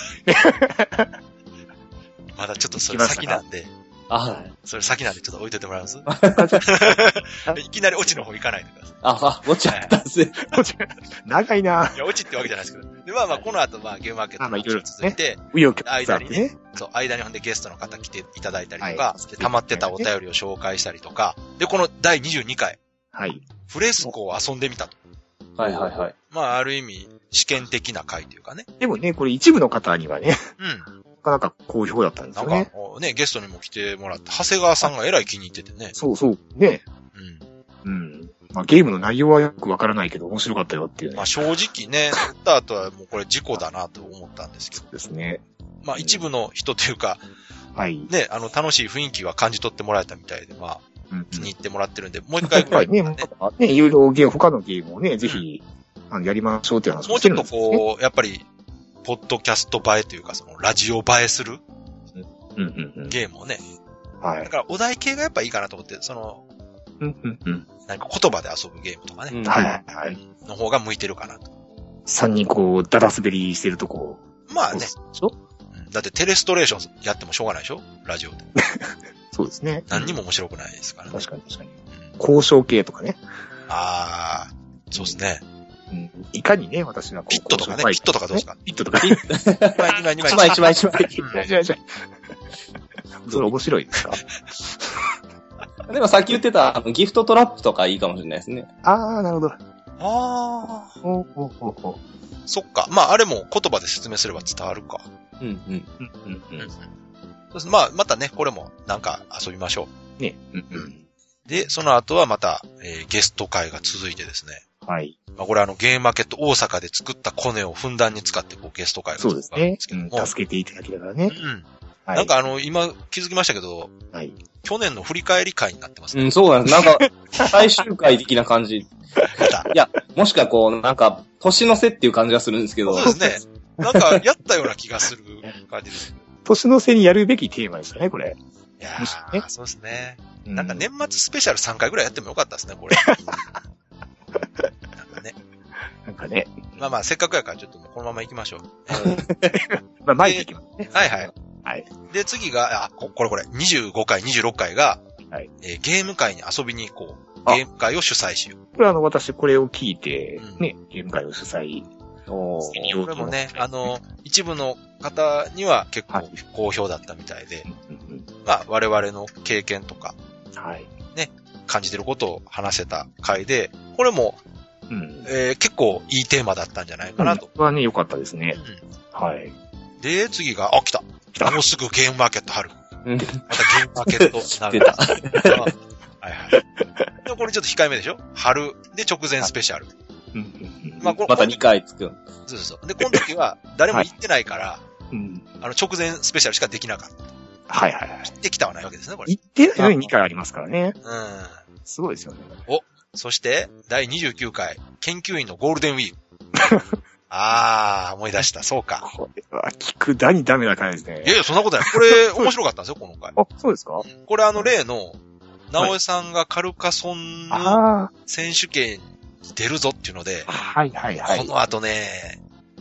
A: まだちょっとそれ先なんで。それ先なんでちょっと置いといてもらいますいきなりオチの方行かないでください。
C: オチあったんですね。
B: 長いな。
A: いや、オチってわけじゃないですけど。で、この後、ゲームマーケットの話続いて、
B: 間にね、
A: 間にほんでゲストの方来ていただいたりとか、溜まってたお便りを紹介したりとか、で、この第22回。フレスコを遊んでみたと。ある意味、試験的な回というかね。
B: でもね、これ一部の方にはね、なかなか好評だったんですよね。
A: なんか、ね、ゲストにも来てもらって、長谷川さんがえらい気に入っててね。
B: そう、ね。ゲームの内容はよくわからないけど面白かったよっていうね。
A: 正直ね、打った後はもうこれ事故だなと思ったんですけど。
B: そうですね。
A: 一部の人というか、ね、楽しい雰囲気は感じ取ってもらえたみたいで、気に入ってもらってるんで、もう一回ぐらい、
B: ね、いろいろ他のゲームをね、ぜひ、やりましょうっていう話
A: もうちょっとやっぱり、ポッドキャスト映えというか、ラジオ映えするゲームをね。だから、お題系がやっぱいいかなと思って、なんか言葉で遊ぶゲームとかね。の方が向いてるかなと。
B: 3人ダダ滑りしてるとこ。
A: ね。だってテレストレーションやってもしょうがないでしょラジオで。
B: そうですね。
A: 何にも面白くないですからね。
B: 確かに。交渉系とかね。
A: そうですね。
B: いかにね、私は
A: ピットとかね。ピットとかどうですか？
B: ピットとか。
C: 1枚。
B: それ面白いですか？
C: でもさっき言ってたギフトトラップとかいいかもしれないですね。
B: なるほど。
A: そっか。あれも言葉で説明すれば伝わるか。そうですね。またね、これもなんか遊びましょ
B: う。ね。
A: で、その後はまた、ゲスト会が続いてですね。これゲームマーケット大阪で作ったコネをふんだんに使ってゲスト会が
B: 続くんですけども。そうですね。助けていただきながらね。
A: なんか今気づきましたけど、去年の振り返り会になってます
C: ね。そうなんです。なんか、最終回的な感じ。いや、もしかなんか、年の瀬っていう感じがするんですけど。
A: そうですね。なんか、やったような気がする感じです。
B: 年の瀬にやるべきテーマですね、これ。
A: いやー、そうですね。なんか年末スペシャル3回ぐらいやってもよかったですね、これ。
B: なんかね。
A: せっかくやからちょっとこのまま行きましょ
B: う。前に行きますね。
A: はい。で、次が、これ、25回、26回が、ゲーム会に遊びに行こう。ゲーム会を主催しよう。
B: これ私これを聞いて、ね、ゲーム会を主催。
A: これもね、一部の方には結構好評だったみたいで、我々の経験とか、ね、感じてることを話せた回で、これも、結構いいテーマだったんじゃないかなと。
B: はね、良かったですね。
A: で、次が、来た。もうすぐゲームマーケット春。またゲームマーケット
C: 出た。
A: で、これちょっと控えめでしょ？春で直前スペシャル。
C: また2回つく。
A: そう。で、この時は誰も行ってないから、直前スペシャルしかできなかった。行ってきたはないわけですね、これ。
B: 行ってないのに2回ありますからね。すごいですよね。
A: そして、第29回、研究員のゴールデンウィーク。思い出した。そうか。
B: これは聞くだにダメな回ですね。
A: いや、そんなことない。これ、面白かったんですよ、この回。
B: そうですか？
A: これ例の、直江さんがカルカソンの選手権に出るぞっていうので、
B: こ
A: の後ね、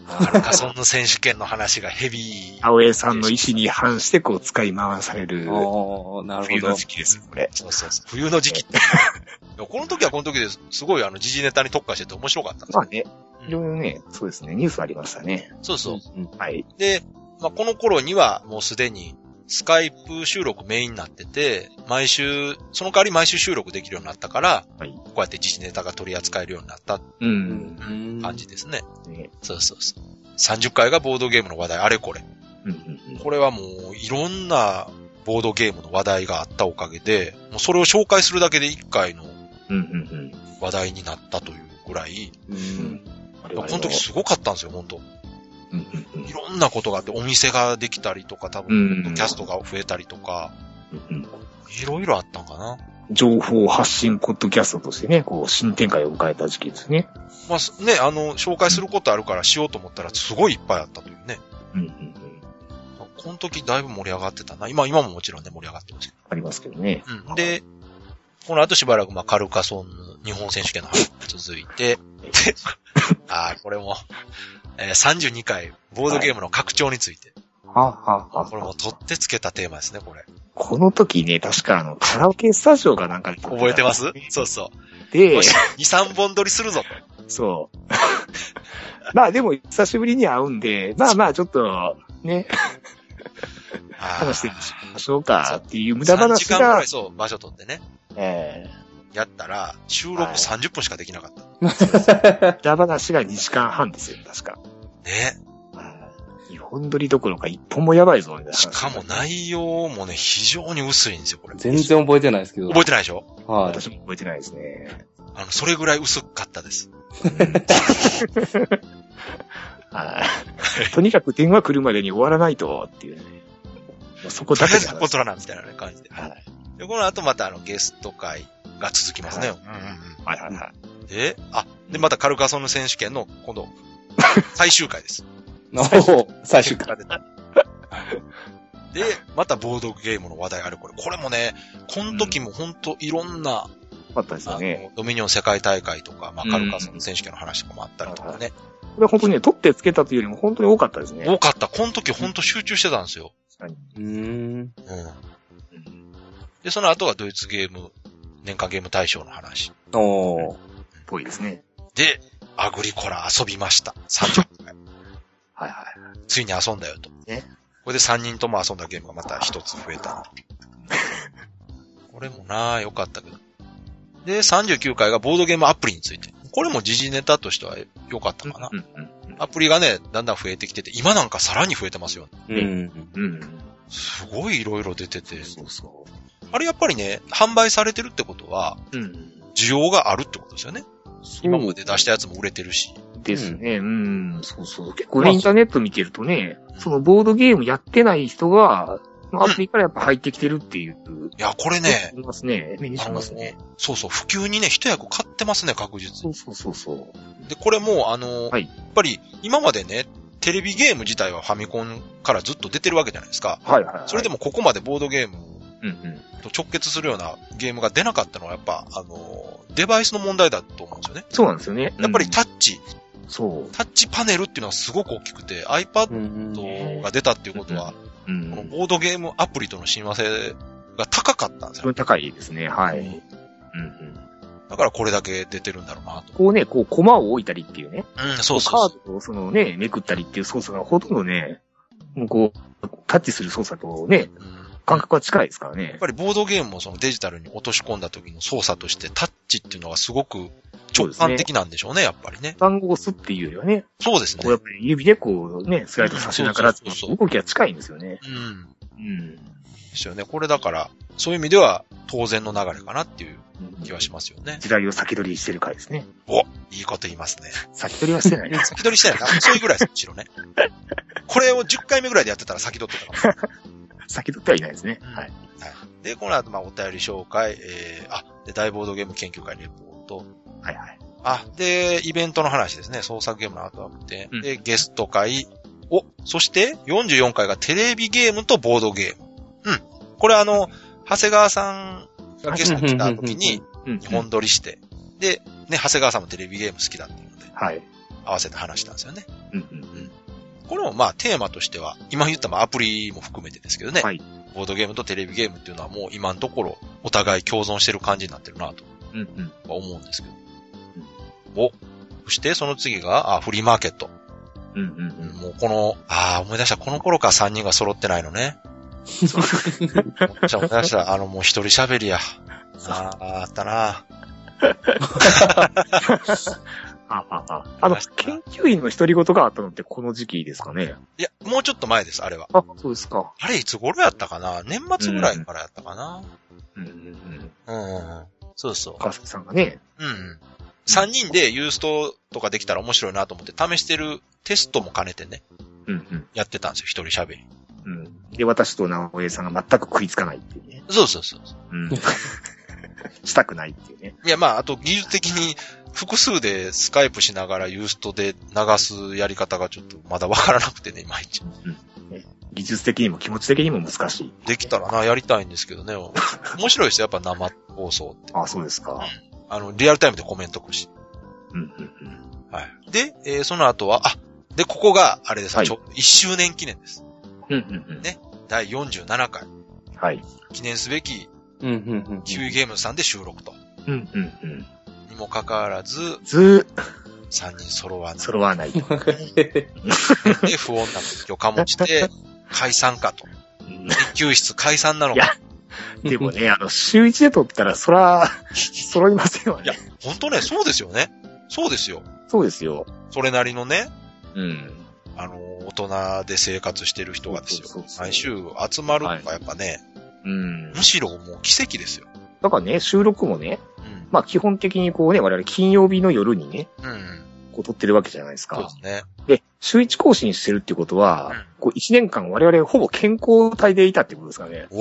A: カルカソンヌ選手権の話がヘビー。
B: 青江さんの意思に反してこう使い回される。
C: なるほど。
B: 冬の時期です、これ。
A: そう。冬の時期って。この時はこの時ですごい時事ネタに特化してて面白かったんですよ。
B: まあね。いろいろね、そうですね、ニュースありましたね。
A: そう。
B: はい。
A: で、この頃にはもうすでにスカイプ収録メインになってて、その代わり毎週収録できるようになったから、はい、こうやって時事ネタが取り扱えるようになった感じですね。そう。30回がボードゲームの話題、あれこれ。これはもういろんなボードゲームの話題があったおかげで、もうそれを紹介するだけで1回の話題になったというぐらい、この時すごかったんですよ、本当。いろんなことがあって、お店ができたりとか、多分、キャストが増えたりとか、いろいろあったんかな。
B: 情報発信ポッドキャストとしてね、こう、新展開を迎えた時期ですね。
A: まあね、紹介することあるからしようと思ったら、すごいいっぱいあったというね。この時だいぶ盛り上がってたな。今ももちろんね、盛り上がってますけど。
B: ありますけどね。
A: で、この後しばらく、カルカソンヌ日本選手権の話が続いて、これも、32回、ボードゲームの拡張について。これも取ってつけたテーマですね、これ。
B: この時ね、確かカラオケスタジオがなんか、
A: 覚えてます？そう。
B: で、
A: 2、3本撮りするぞと。
B: そう。まあでも、久しぶりに会うんで、まあちょっと、ね、話してみましょうかっていう無駄話が。3
A: 時間くらいそう、場所取ってね。やったら、収録30分しかできなかった。
B: 無駄話が2時間半ですよ、確か。
A: ね。
B: 2本撮りどころか1本もやばいぞ、みたいな。
A: しかも内容もね、非常に薄いんですよ、これ。
C: 全然覚えてないですけど。
A: 覚えてないでしょ？
C: はい。
B: 私も覚えてないですね。
A: それぐらい薄かったです。
B: とにかく電話来るまでに終わらないと、っていうね。そこだけで。
A: コントラなんみたいな感じで。で、この後またゲスト会が続きますね。で、で、またカルカソンヌ選手権の、今度、最終回です。
C: 最終回。
A: で、またボードゲームの話題あるこれ。これもね、この時も本当いろんな、
B: あったですよね。
A: ドミニオン世界大会とか、カルカソンヌ選手権の話とかもあったりとかね。
B: これは本当にね、取ってつけたというよりも本当に多かったですね。
A: 多かった。この時本当集中してたんですよ。で、その後がドイツゲーム、年間ゲーム大賞の話。
B: ぽいですね。
A: で、アグリコラ遊びました。30回。ついに遊んだよと。これで3人とも遊んだゲームがまた1つ増えた。これも良かったけど。で、39回がボードゲームアプリについて。これも時事ネタとしては良かったかな。アプリがね、だんだん増えてきてて、今なんかさらに増えてますよね。すごい色々出てて。あれやっぱりね、販売されてるってことは、需要があるってことですよね。今まで出したやつも売れてるし。
B: ですね。そう。結構インターネット見てるとね、そのボードゲームやってない人が、アプリからやっぱ入ってきてるっていう。
A: いや、これね。
B: 目にしますね。
A: そう、普及にね、一役買ってますね、確実に。
B: そう。
A: で、これも、やっぱり、今までね、テレビゲーム自体はファミコンからずっと出てるわけじゃないですか。それでもここまでボードゲームと直結するようなゲームが出なかったのは、やっぱ、デバイスの問題だと思うんですよね。
B: そうなんですよね。
A: やっぱりタッチ。
B: タ
A: ッチパネルっていうのはすごく大きくて、iPad が出たっていうことは、このボードゲームアプリとの親和性が高かったんですよ。
B: 高いですね、はい。
A: だからこれだけ出てるんだろうなと。
B: こうね、コマを置いたりっていうね。
A: そう。
B: カードをめくったりっていう操作がほとんどね、タッチする操作とね、感覚は近いですからね。
A: やっぱりボードゲームもそのデジタルに落とし込んだ時の操作としてタッチっていうのがすごく直感的なんでしょうね、やっぱりね。
B: 単語を押すっていうよりはね。
A: そうですね。
B: やっぱり指でスライドさせながら動きが近いんですよね。です
A: よね。これだから、そういう意味では当然の流れかなっていう気はしますよね。
B: 時代を先取りしてる回ですね。
A: いいこと言いますね。
B: 先取りはしてない。
A: 先取りしてないな。そういうぐらいです、むしろね。これを10回目ぐらいでやってたら先取ってたかも。
B: 先取ってはいないですね。はい。
A: で、この後、お便り紹介、で、大ボードゲーム研究会レポート。で、イベントの話ですね。創作ゲームの後はって、で、ゲスト会。そして44回がテレビゲームとボードゲーム。これ長谷川さんがゲスト来た時に、2本撮りして、で、ね、長谷川さんもテレビゲーム好きだっていうので。 合わせて話したんですよね。これもまあテーマとしては、今言ったアプリも含めてですけどね。はい。ボードゲームとテレビゲームっていうのはもう今のところお互い共存してる感じになってるなと。思うんですけど。そしてその次が、フリーマーケット。もうこの、思い出した、この頃から3人が揃ってないのね。じゃあ思い出した、もう一人喋りや。あったな
B: 研究員の独り言があったのってこの時期ですかね。
A: いや、もうちょっと前です、あれは。
B: そうですか。
A: あれいつ頃やったかな、年末ぐらいからやったかな。そうそう。
B: 川崎さんがね。
A: 3人でユーストとかできたら面白いなと思って試してるテストも兼ねてね。やってたんですよ、一人喋り。
B: で、私と直江さんが全く食いつかないっていうね。
A: そう。
B: したくないっていうね。
A: いや、まあ、あと技術的に複数でスカイプしながらユーストで流すやり方がちょっとまだわからなくてね、いまいち。
B: 技術的にも気持ち的にも難しい。
A: できたらな、やりたいんですけどね。面白いですよ、やっぱ生放送って。
B: そうですか。
A: リアルタイムでコメントくし。はい。で、その後は、で、ここが、あれです、1周年記念です。ね。第47回。
B: はい。
A: 記念すべき、キウイゲームさんで収録と。にもかかわらず、3人揃わない。
B: 揃わない。で、
A: 不穏な予感持ちで、解散かと。研究室解散なのか。
B: でもね、週1で撮ったら、揃いませんよね。
A: いや、ほんとね、そうですよね。そうですよ。
B: そうですよ。
A: それなりのね、大人で生活してる人がですよ。毎週集まるのがやっぱね、むしろもう奇跡ですよ。
B: だからね、収録もね、まあ基本的にこうね、我々金曜日の夜にね、こう撮ってるわけじゃないですか。
A: そうですね。
B: で、週1更新してるってことは、こう1年間我々ほぼ健康体でいたってことですかね。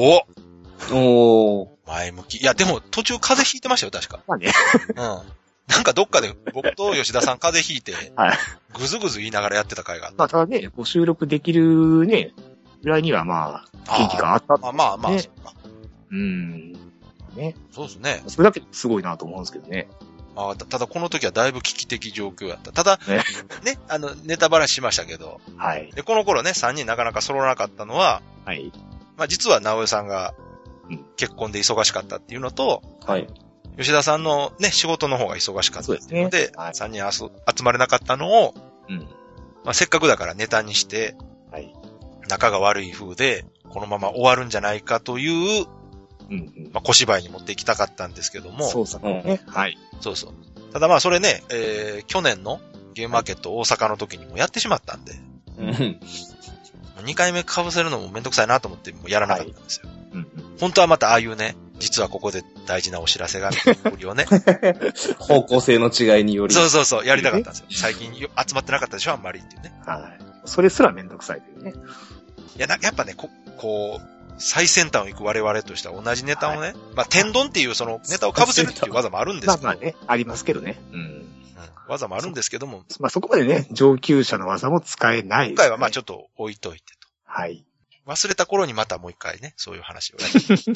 A: 前向き。いや、でも途中風邪ひいてましたよ、確か。
B: まあね。
A: なんかどっかで僕と吉田さん風邪ひいて、ぐずぐず言いながらやってた回があった。
B: まあただね、ご収録できるね、ぐらいにはまあ、元気があったって
A: まあ、そうか。
B: ね。
A: そうですね。
B: それだけすごいなと思うんですけどね。
A: ただこの時はだいぶ危機的状況やった。ただ、ね、ネタバラしましたけど、で、この頃ね、3人なかなか揃わなかったのは、まあ実は直江さんが結婚で忙しかったっていうのと、吉田さんのね、仕事の方が忙しかったっていうので、3人集まれなかったのを、まあせっかくだからネタにして、仲が悪い風で、このまま終わるんじゃないかという、まあ小芝居に持っていきたかったんですけども。
B: そうね。
A: そう。ただまあそれね、去年のゲームマーケット大阪の時にもやってしまったんで、2回目被せるのもめんどくさいなと思ってもうやらなかったんですよ。本当はまたああいうね、実はここで大事なお知らせがあるよね。
C: 方向性の違いにより。
A: そう、やりたかったんですよ。最近集まってなかったでしょ、あんまりっていうね。
B: それすらめんどくさいというね。
A: いや、やっぱね、こう、最先端を行く我々としては同じネタをね、まあ、天丼っていうそのネタを被せるっていう技もあるんですけど。
B: まあね、ありますけどね。
A: 技もあるんですけども。
B: まあそこまでね、上級者の技も使えない、
A: 今回はまあちょっと置いといてと。忘れた頃にまたもう一回ね、そういう話をやる。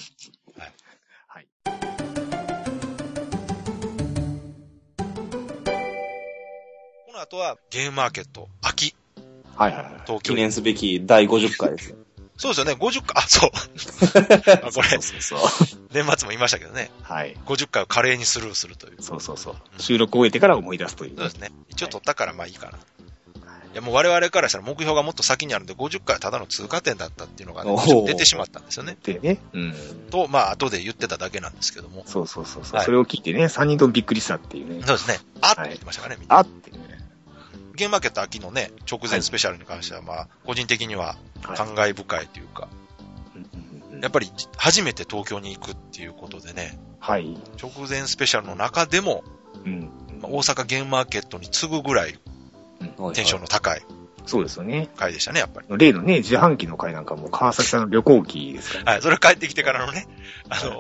A: この後はゲームマーケット、秋。
B: 東
C: 京。記念すべき第50回ですよ。
A: そうですよね、50回、そう。これ、年末も言いましたけどね。50回を華麗にスルーするという。
B: そう。収録を終えてから思い出すという。
A: そうですね。一応撮ったからまあいいかな。いやもう我々からしたら目標がもっと先にあるんで、50回はただの通過点だったっていうのがね、出てしまったんですよね。と、まあ後で言ってただけなんですけども。
B: そう。それを聞いてね、3人ともびっくりしたっていうね。
A: そうですね。って言ってましたからね、みんな。
B: ってね。
A: ゲームマーケット秋のね、直前スペシャルに関しては、まあ、個人的には感慨深いというか、やっぱり初めて東京に行くっていうことでね、直前スペシャルの中でも、大阪ゲームマーケットに次ぐぐらい、テンションの高い、
B: そうですよね。
A: 回でしたね、やっぱり。
B: 例のね、自販機の回なんかも川崎さんの旅行記ですから
A: ね。それ帰ってきてからのね、ゲー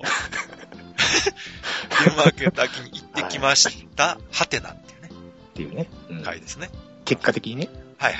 A: ムマーケット秋に行ってきました、はてなっていうね。回ですね。
B: 結果的にね。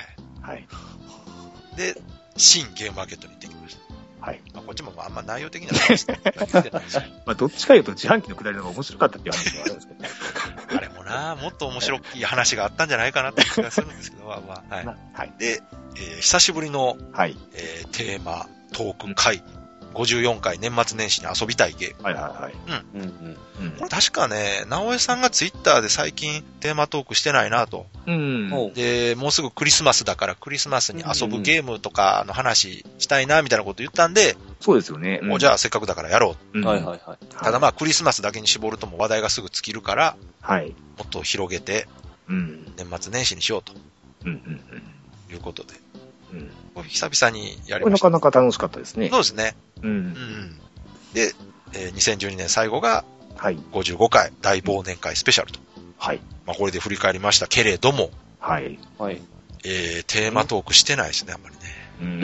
A: で、新ゲームマーケットに行ってきました。まあ、こっちもあんま内容的にはないですけど。
B: まあ、どっちか言うと自販機の下りの方が面白かったっていう話もあるんですけどね。
A: あれもな。もっと面白い話があったんじゃないかなって気がするんですけど、はい。はい。で、久しぶりの、
B: はい。
A: テーマ、トーク会、54回年末年始に遊びたいゲーム。
B: はいはいはい。
A: これ確かね、直江さんがツイッターで最近テーマトークしてないなと。で、もうすぐクリスマスだからクリスマスに遊ぶゲームとかの話したいなみたいなこと言ったんで、
B: そうですよね。
A: もうじゃあせっかくだからやろう。
C: はいはいはい。
A: ただまあクリスマスだけに絞るとも話題がすぐ尽きるから、
B: はい。
A: もっと広げて、年末年始にしようと。いうことで。久々にやりました。
B: なかなか楽しかったですね。
A: そうですね。で、2012年最後が、55回大忘年会スペシャルと。はい。まあこれで振り返りましたけれども、
B: はい。はい。
A: テーマトークしてないですね、あんまりね。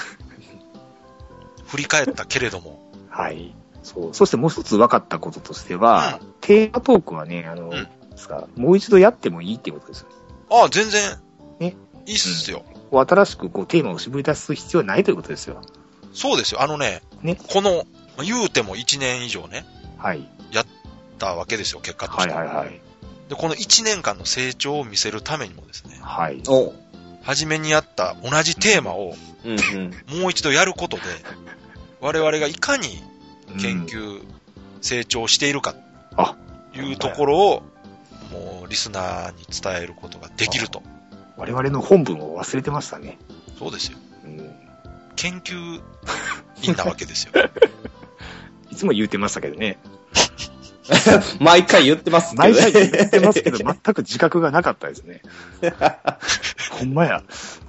A: 振り返ったけれども。
B: はい。そう。そしてもう一つ分かったこととしては、テーマトークはね、もう一度やってもいいってことですよ。
A: ああ、全然。ね。いいっすよ。
B: 新しくこうテーマを絞り出す必要はないということですよ。
A: そうですよ。この、言うても1年以上ね。はい。やったわけですよ、結果として。で、この1年間の成長を見せるためにもですね。はい。初めにやった同じテーマを、もう一度やることで、我々がいかに研究、成長しているか、というところを、もうリスナーに伝えることができると。
B: 我々の本文を忘れてましたね。
A: そうですよ。研究員なわけですよ。
B: いつも言うてましたけどね。
C: 毎回言ってますけどね。
B: 毎回言ってますけど、全く自覚がなかったですね。ほんまや。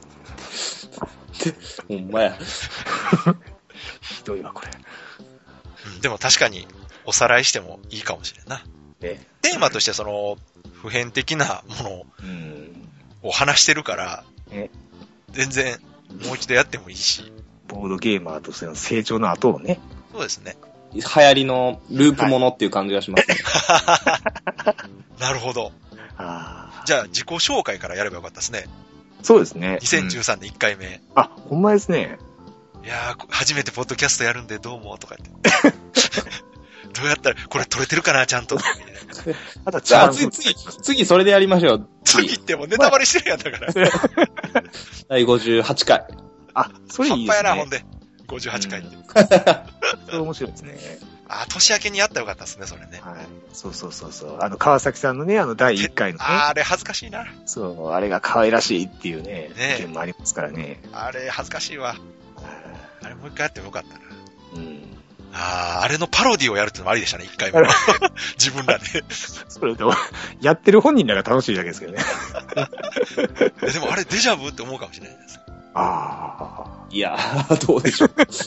C: ほんまや。
B: ひどいわ、これ。
A: でも確かに、おさらいしてもいいかもしれんな。テーマとしてその、普遍的なものを話してるから、全然、もう一度やってもいいし。
B: ボードゲーマーとしての成長の後をね。
A: そうですね。
C: 流行りのループものっていう感じがしますね。
A: なるほど。じゃあ、自己紹介からやればよかったですね。
B: そうですね。
A: 2013年1回目。
B: ほんまですね。
A: いやー、初めてポッドキャストやるんでどうも、とか言って。どうやったら、これ撮れてるかな、ちゃんと。
C: じゃあ、次それでやりましょう。
A: 次ってもうネタバレしてるやんだから。
C: 第58回。
B: それいいですね。
A: 葉っぱやな、ほんで。58回って。
B: それ面白いですね。
A: 年明けにやったらよかったですね、それね。
B: はい。そう。川崎さんのね、第1回のね。
A: あれ恥ずかしいな。
B: そう、あれが可愛らしいっていうね、意見もありますからね。
A: あれ恥ずかしいわ。あれもう一回やってもよかったな。あれのパロディをやるってのもありでしたね、1回目。自分らで。
B: それでも、やってる本人らが楽しいだけですけどね。
A: でもあれデジャブって思うかもしれないです。
C: いやー、どうでしょう。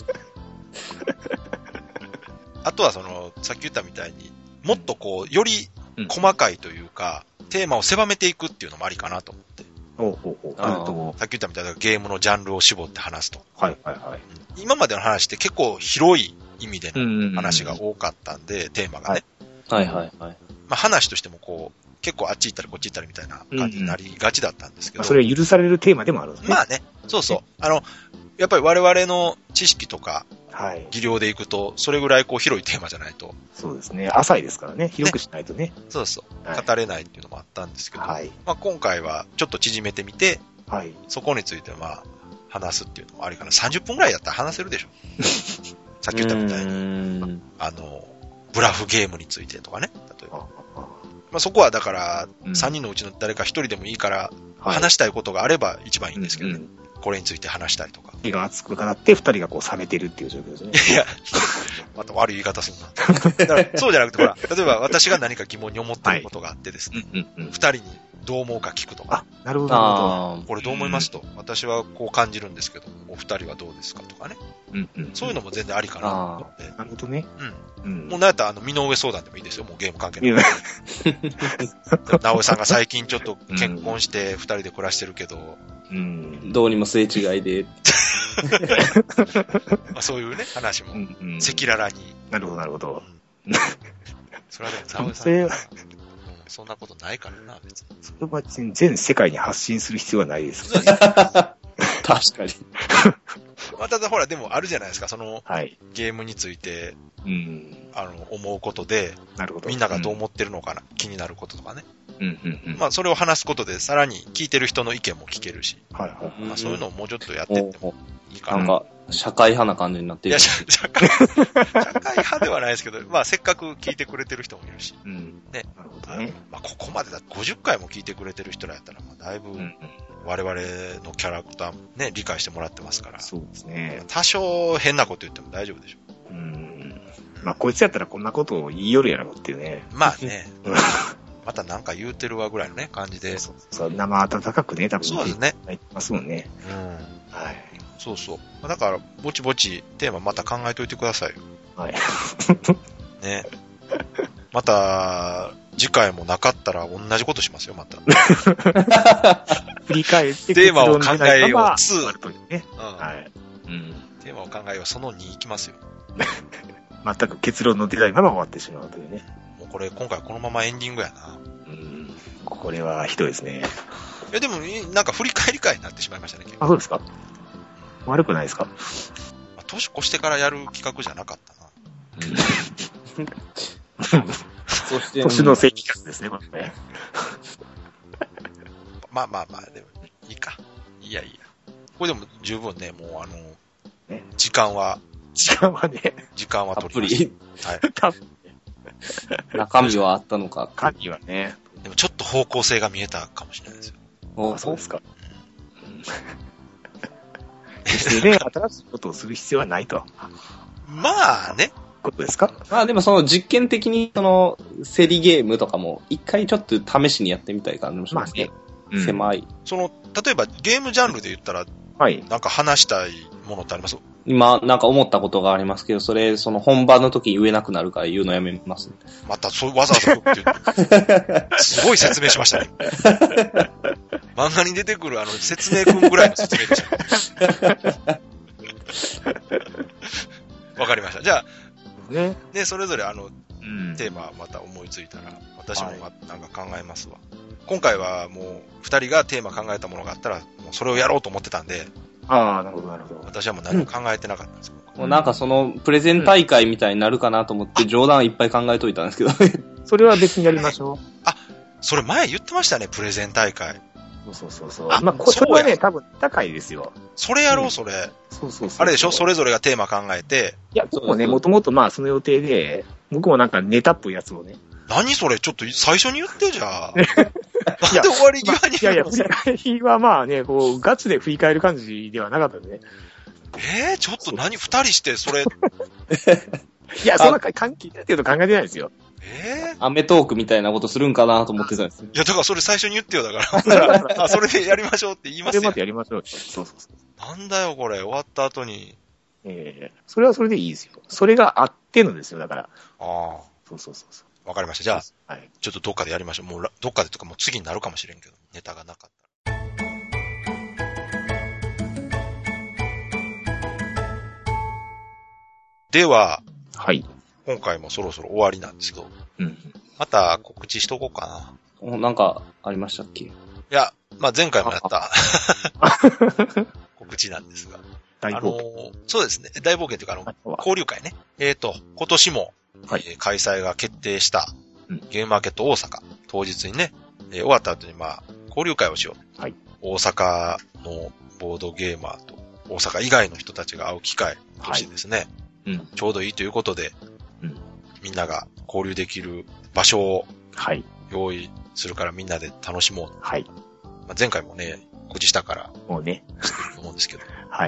A: あとはさっき言ったみたいに、もっとより細かいというか、テーマを狭めていくっていうのもありかなと思って。さっき言ったみたいなゲームのジャンルを絞って話すと。今までの話って結構広い意味での話が多かったんで、テーマがね。話としても結構あっち行ったりこっち行ったりみたいな感じになりがちだったんですけど。
B: それは許されるテーマでもあるんですね。
A: まあね。そうそう。やっぱり我々の知識とか、技量でいくと、それぐらい広いテーマじゃないと。
B: そうですね。浅いですからね。広くしないとね。
A: そうそう。語れないっていうのもあったんですけど、今回はちょっと縮めてみて、そこについて話すっていうのもありかな。30分ぐらいだったら話せるでしょ。さっき言ったみたいに。ブラフゲームについてとかね。例えば。そこはだから、3人のうちの誰か1人でもいいから、話したいことがあれば一番いいんですけどね。これについて話したりとか。
B: 火が熱くなって2人が冷めてるっていう状況ですね。
A: いや、また悪い言い方するな。だからそうじゃなくて、ほら、例えば私が何か疑問に思ってることがあってですね、2人にどう思うか聞くとか。
B: なるほど。
A: これどう思いますと、私はこう感じるんですけど、お二人はどうですかとかね。そういうのも全然ありかなと思って。
B: なるほどね。
A: もうなんやったら身の上相談でもいいですよ、もうゲーム関係ない。直江さんが最近ちょっと結婚して2人で暮らしてるけど、
C: どうにもすれ違いで。
A: そういうね、話も、赤裸々に。
B: なるほど。
A: それはでも、直江さんそんなことないからな、別に。
B: それは全世界に発信する必要はないです。
C: 確かに。
A: ただほら、でもあるじゃないですか、ゲームについて、思うことで、みんながどう思ってるのかな、気になることとかね。 まあ、それを話すことで、さらに聞いてる人の意見も聞けるし。
B: はいはい。
A: まあ、そういうのをもうちょっとやってってもいいかな。
C: なんか、社会派な感じになってる。
A: いや、社会派ではないですけど、まあ、せっかく聞いてくれてる人もいるし。
B: うん。
A: ね。
B: なるほどね。
A: まあ、ここまでだって50回も聞いてくれてる人らやったら、まあ、だいぶ、我々のキャラクターね、理解してもらってますから。
B: そうですね。
A: 多少変なこと言っても大丈夫でしょ。
B: まあ、こいつやったらこんなことを言いよるやろっていうね。
A: まあね。またなんか言うてるわぐらいのね、感じで。
B: そう、生温かくね、多分。
A: そうですね。
B: 入ってますもんね。
A: はい。そうそう。だから、ぼちぼちテーマまた考えといてくださいよ。
B: はい。
A: ね。また、次回もなかったら同じことしますよ、また。
B: 振り返って
A: テーマを考えよう2。
B: はい。
A: テーマを考えようその2いきますよ。
B: 全く結論の出ないまま終わってしまうというね。
A: もうこれ今回このままエンディングやな。
B: これはひどいですね。
A: いやでも、なんか振り返り会になってしまいましたね、
B: あ、そうですか？悪くないですか？
A: 年越してからやる企画じゃなかったな。
B: 年のせい企画ですね、これね。
A: まあ、でも、いいか。いや。これでも十分ね、もうね、時間は取りました。はい。
C: 中身はあったのか。
B: 中身はね。
A: でもちょっと方向性が見えたかもしれないですよ。
B: あ、そうですか。決してね、新しいことをする必要はないと。
A: まあね。
B: ことですか？
C: まあでもその実験的にその競りゲームとかも一回ちょっと試しにやってみたい感じもしますね。まあね。狭い。
A: 例えばゲームジャンルで言ったら、はい。なんか話したいものってあります？
C: 今、なんか思ったことがありますけど、その本番の時に言えなくなるから言うのやめます。
A: また、わざわざ振ってすごい説明しましたね。漫画に出てくる説明文ぐらいの説明でした。わかりました。じゃあ、ね、それぞれテーマまた思いついたら、私もなんか考えますわ。今回はもう、二人がテーマ考えたものがあったら、もうそれをやろうと思ってたんで、
B: ああ、なるほど、なるほど。
A: 私はもう何も考えてなかったんですよ。
C: もうなんかその、プレゼン大会みたいになるかなと思って冗談いっぱい考えといたんですけど。
B: それは別にやりましょう。
A: あ、それ前言ってましたね、プレゼン大会。
B: そう。まあ、これはね、多分高いですよ。
A: それやろう、それ。
B: そう。
A: あれでしょ？それぞれがテーマ考えて。
B: いや、僕もね、もともとまあ、その予定で、僕もなんかネタっぽいやつをね。
A: 何それ？ちょっと最初に言ってじゃあ。なんで終わり際に。
B: いや、振り返りはまあね、こう、ガチで振り返る感じではなかったんでね。
A: ちょっと二人してそれ。
B: いや、そんな関係っていうと考えてないですよ。
C: アメトークみたいなことするんかなと思ってたんですよ。
A: いや、だからそれ最初に言ってよ、だから。それでやりましょうって言いますよ。
B: それまでやりましょう。そう。
A: なんだよ、これ。終わった後に。
B: それはそれでいいですよ。それがあってのですよ、だから。
A: ああ。
B: そう。
A: わかりました。じゃあ、はい、ちょっとどっかでやりましょう。もう、どっかでとかもう次になるかもしれんけど、ネタがなかったら。では、
B: はい。
A: 今回もそろそろ終わりなんですけど、また告知しとこうか
C: な。なんか、ありましたっけ？
A: いや、まあ前回もやった告知なんですが。そうですね。大冒険というか、交流会ね。今年も、開催が決定した、ゲームマーケット大阪、当日にね、終わった後に交流会をしよう。はい。大阪のボードゲーマーと、大阪以外の人たちが会う機会としてですね、ちょうどいいということで、みんなが交流できる場所を、用意するからみんなで楽しもう。はい。前回もね、告知したから、もうね、知ってると思うんですけど。はい。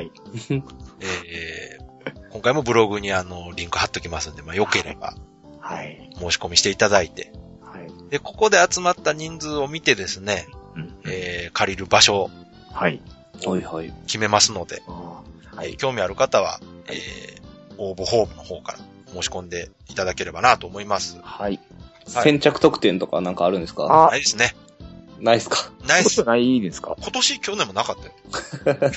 A: 今回もブログにリンク貼っときますんで、よければ、申し込みしていただいて、で、ここで集まった人数を見てですね、借りる場所を、決めますので、興味ある方は、応募フォームの方から申し込んでいただければなと思います。はい。
C: 先着特典とかなんかあるんですか？
A: ないですね。
C: ないですか？
A: ないです。
B: ないですか？
A: 今年、去年もなかったよ。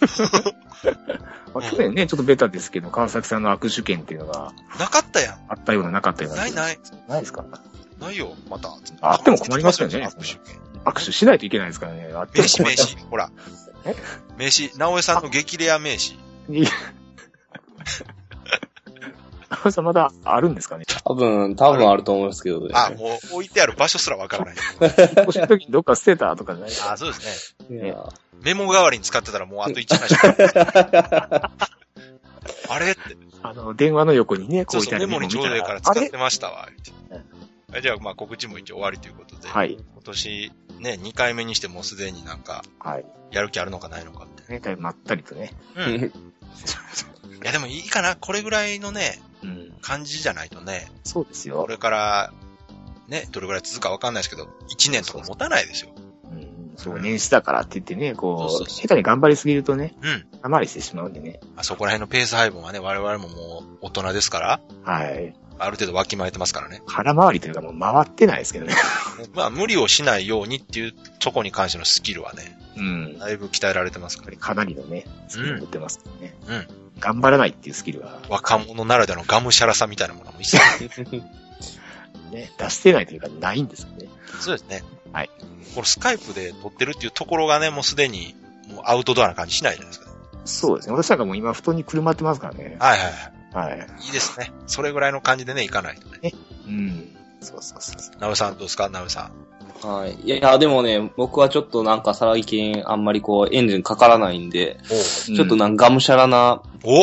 B: 去年ね、ちょっとベタですけど、川崎さんの握手券っていうのが。
A: なかったやん。
B: あったような、なかったような。
A: ない。
B: ないですか？
A: ないよ、また。
B: あっても困りますよね。握手しないといけないですからね。
A: 名刺。ほら。名刺。直江さんの激レア名刺。
B: 直江さんまだあるんですかね？
C: 多分あると思いますけどね。
A: あ、もう置いてある場所すらわからない。
B: 欲しい時にどっか捨てたとかね。
A: あ、そうですね。
C: いや
A: メモ代わりに使ってたらもうあと1枚しかない。あれって。
B: 電話の横にね、
A: こういったメモにちょうどいいから使ってましたわ。じゃあ、まあ告知も一応終わりということで。
B: はい。
A: 今年ね、2回目にしてもうすでになんか、はい。やる気あるのかないのかって。
B: ね、だいぶまったりとね。
A: うん。いやでもいいかな、これぐらいのね、感じじゃないとね。
B: そうですよ。
A: これから、ね、どれぐらい続くかわかんないですけど、1年とか持たないですよ。
B: そう、年始だからって言ってね、下手に頑張りすぎるとね、余りしてしまうんでね。
A: そこら辺のペース配分はね、我々ももう大人ですから、はい。ある程度わきまえてますからね。
B: 腹回りというかもう回ってないですけどね。
A: まあ無理をしないようにっていうとこに関してのスキルはね、だいぶ鍛えられてますから。
B: かなりのね、スキルを持ってますからね。頑張らないっていうスキルが。
A: 若者ならではのがむしゃらさみたいなものも一切
B: ね、出してないというかないんですよね。
A: そうですね。
B: はい。
A: このスカイプで撮ってるっていうところがね、もうすでにもうアウトドアな感じしないじゃないですか、ね。
B: そうですね。私なんかもう今布団にくるまってますからね。
A: はいはいはい。はい。いいですね。それぐらいの感じでね、いかないとね。
B: そうそうそう。
A: なおさんどうですか、なおさ
C: ん。はい。いや、でもね、僕はちょっとなんか最近あんまりエンジンかからないんで、ちょっとなんかがむしゃらな、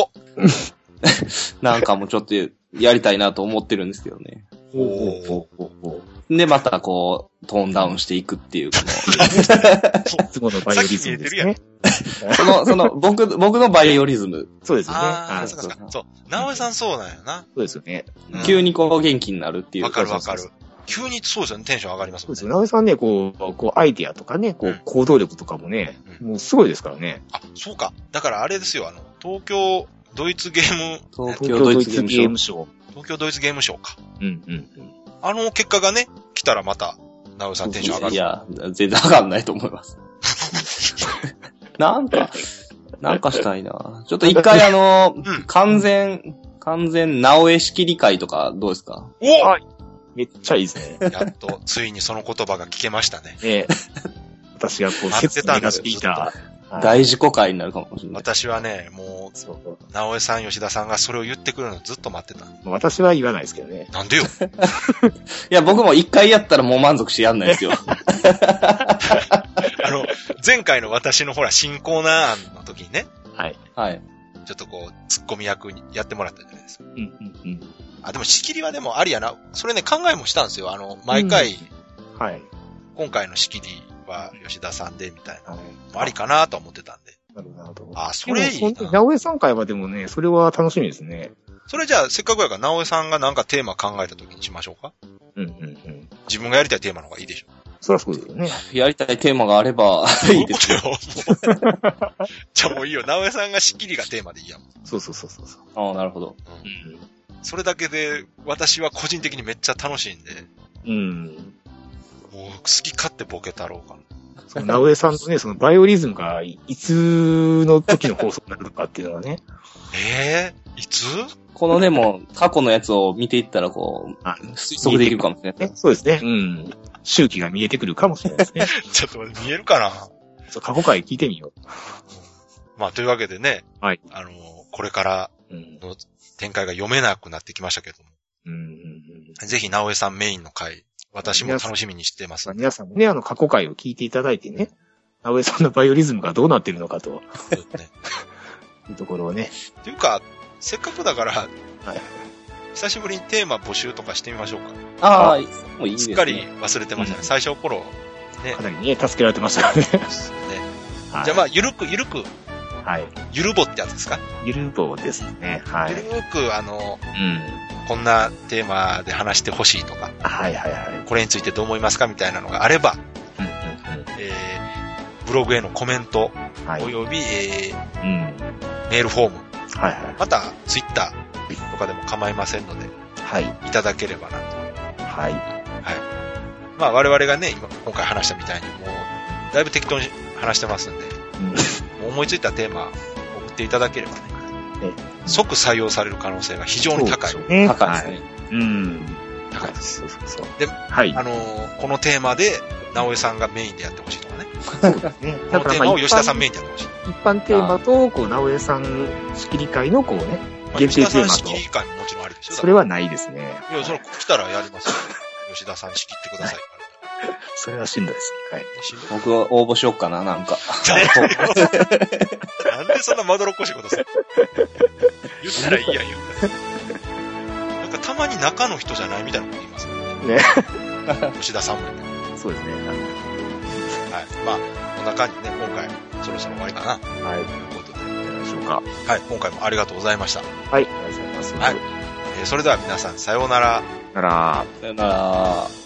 C: なんかもちょっとやりたいなと思ってるんですけどね。で、またトーンダウンしていくっていう、い
B: つものバイオリズムですね。
C: 僕のバイオリズム。
B: そうですよね。
A: そう。直江さんそうなんやな。
B: そうですよね。
C: 急に元気になるっていう。
A: わかる。急にそうですよね、テンション上がりますもんね。
B: そうですよ。直江さんね、アイディアとかね、行動力とかもね、もうすごいですからね。
A: あ、そうか。だからあれですよ、東京ドイツゲーム、
B: 東京ドイツゲームショー。
A: 東京ドイツゲームショーか。結果がね、来たらまた、直江さんテンション上がる。
C: いや、全然上がんないと思います。なんかしたいな。ちょっと一回完全、直江仕切り会とかどうですか？
B: めっちゃいいですね。
A: やっと、ついにその言葉が聞けましたね。
B: 私が切に出していた。
C: 大事故会になるかもしれない。
A: 私はね、もう、直江さん、吉田さんがそれを言ってくるのをずっと待ってた。
B: 私は言わないですけどね。
A: なんでよ。
C: いや、僕も一回やったらもう満足してやんないですよ。
A: 前回の私のほら、新コーナーの時にね。
B: はい。
A: ちょっとツッコミ役にやってもらったじゃないですか。でも仕切りはでもありやな。それね、考えもしたんですよ。毎回、今回の仕切りは吉田さんでみたいな。ありかなと思ってたんで。
B: なるほど。
A: それいいな。
B: 直江さん会はでもね、それは楽しみですね。
A: それじゃあ、せっかくやから直江さんがなんかテーマ考えた時にしましょうか。自分がやりたいテーマの方がいいでしょ。
B: そりゃそうですよね。
C: やりたいテーマがあればいいですよ。
A: じゃあもういいよ。直江さんが仕切りがテーマでいいやん。
B: そう。
C: ああ、なるほど。
A: それだけで、私は個人的にめっちゃ楽しいんで。もう好き勝手ボケたろうかな。
B: 直江さんのね、そのバイオリズムがいつの時の放送になるのかっていうのはね。
A: いつ？
C: このね、もう過去のやつを見ていったら推測できるかもしれない。
B: そうですね。周期が見えてくるかもしれないですね。
A: ちょっと見えるかな？
B: 過去回聞いてみよ
A: う。というわけでね。これからの展開が読めなくなってきましたけども。ぜひ直江さんメインの回。私も楽しみにしてます。
B: 皆さんもね、過去回を聞いていただいてね、直江さんのバイオリズムがどうなっているのかと。いうところをね。
A: っていうか、せっかくだから、久しぶりにテーマ募集とかしてみましょう
C: か。もういいですね。
A: すっかり忘れてましたね。最初頃、ね。
B: かなりね、助けられてましたからね。
A: じゃあゆるく、ゆるぼってやつですか？
B: ゆるぼですね。
A: ゆるく、こんなテーマで話してほしいとか、これについてどう思いますかみたいなのがあれば、ブログへのコメント、および、メールフォーム、またツイッターとかでも構いませんので、いただければなと。我々がね、今回話したみたいにもう、だいぶ適当に話してますんで、もう思いついたテーマ送っていただければね、即採用される可能性が非常に高い。
C: 高いですね。
A: 高いです。で、このテーマで、直江さんがメインでやってほしいとかね。
B: そうですね。
A: このテーマを吉田さんメインでやってほしい。
B: 一般テーマと、直江さん仕切り会のね、 限定テーマと。
A: 吉田さん仕切り会ももちろんありでしょ。
B: それはないですね。
A: いや、それ来たらやりますよ。吉田さん仕切ってください。
B: それはしんどいですね。はい。
C: 僕は応募しよっかな、なんか。
A: なんでそんなまどろっこしいことする言ったらいいやん、言ったら。なんかたまに中の人じゃないみたいなこと言いますよね。ね。吉田さんも。
B: そうですね。
A: はい。まあ、こんな感じでね、今回、そろそろ終わりかな。
B: はい。ということで、いかがでしょうか。
A: はい。今回もありがとうございました。
B: はい。ありがとうございます。
A: はい。それでは皆さん、さようなら。
B: さようなら。
C: さようなら。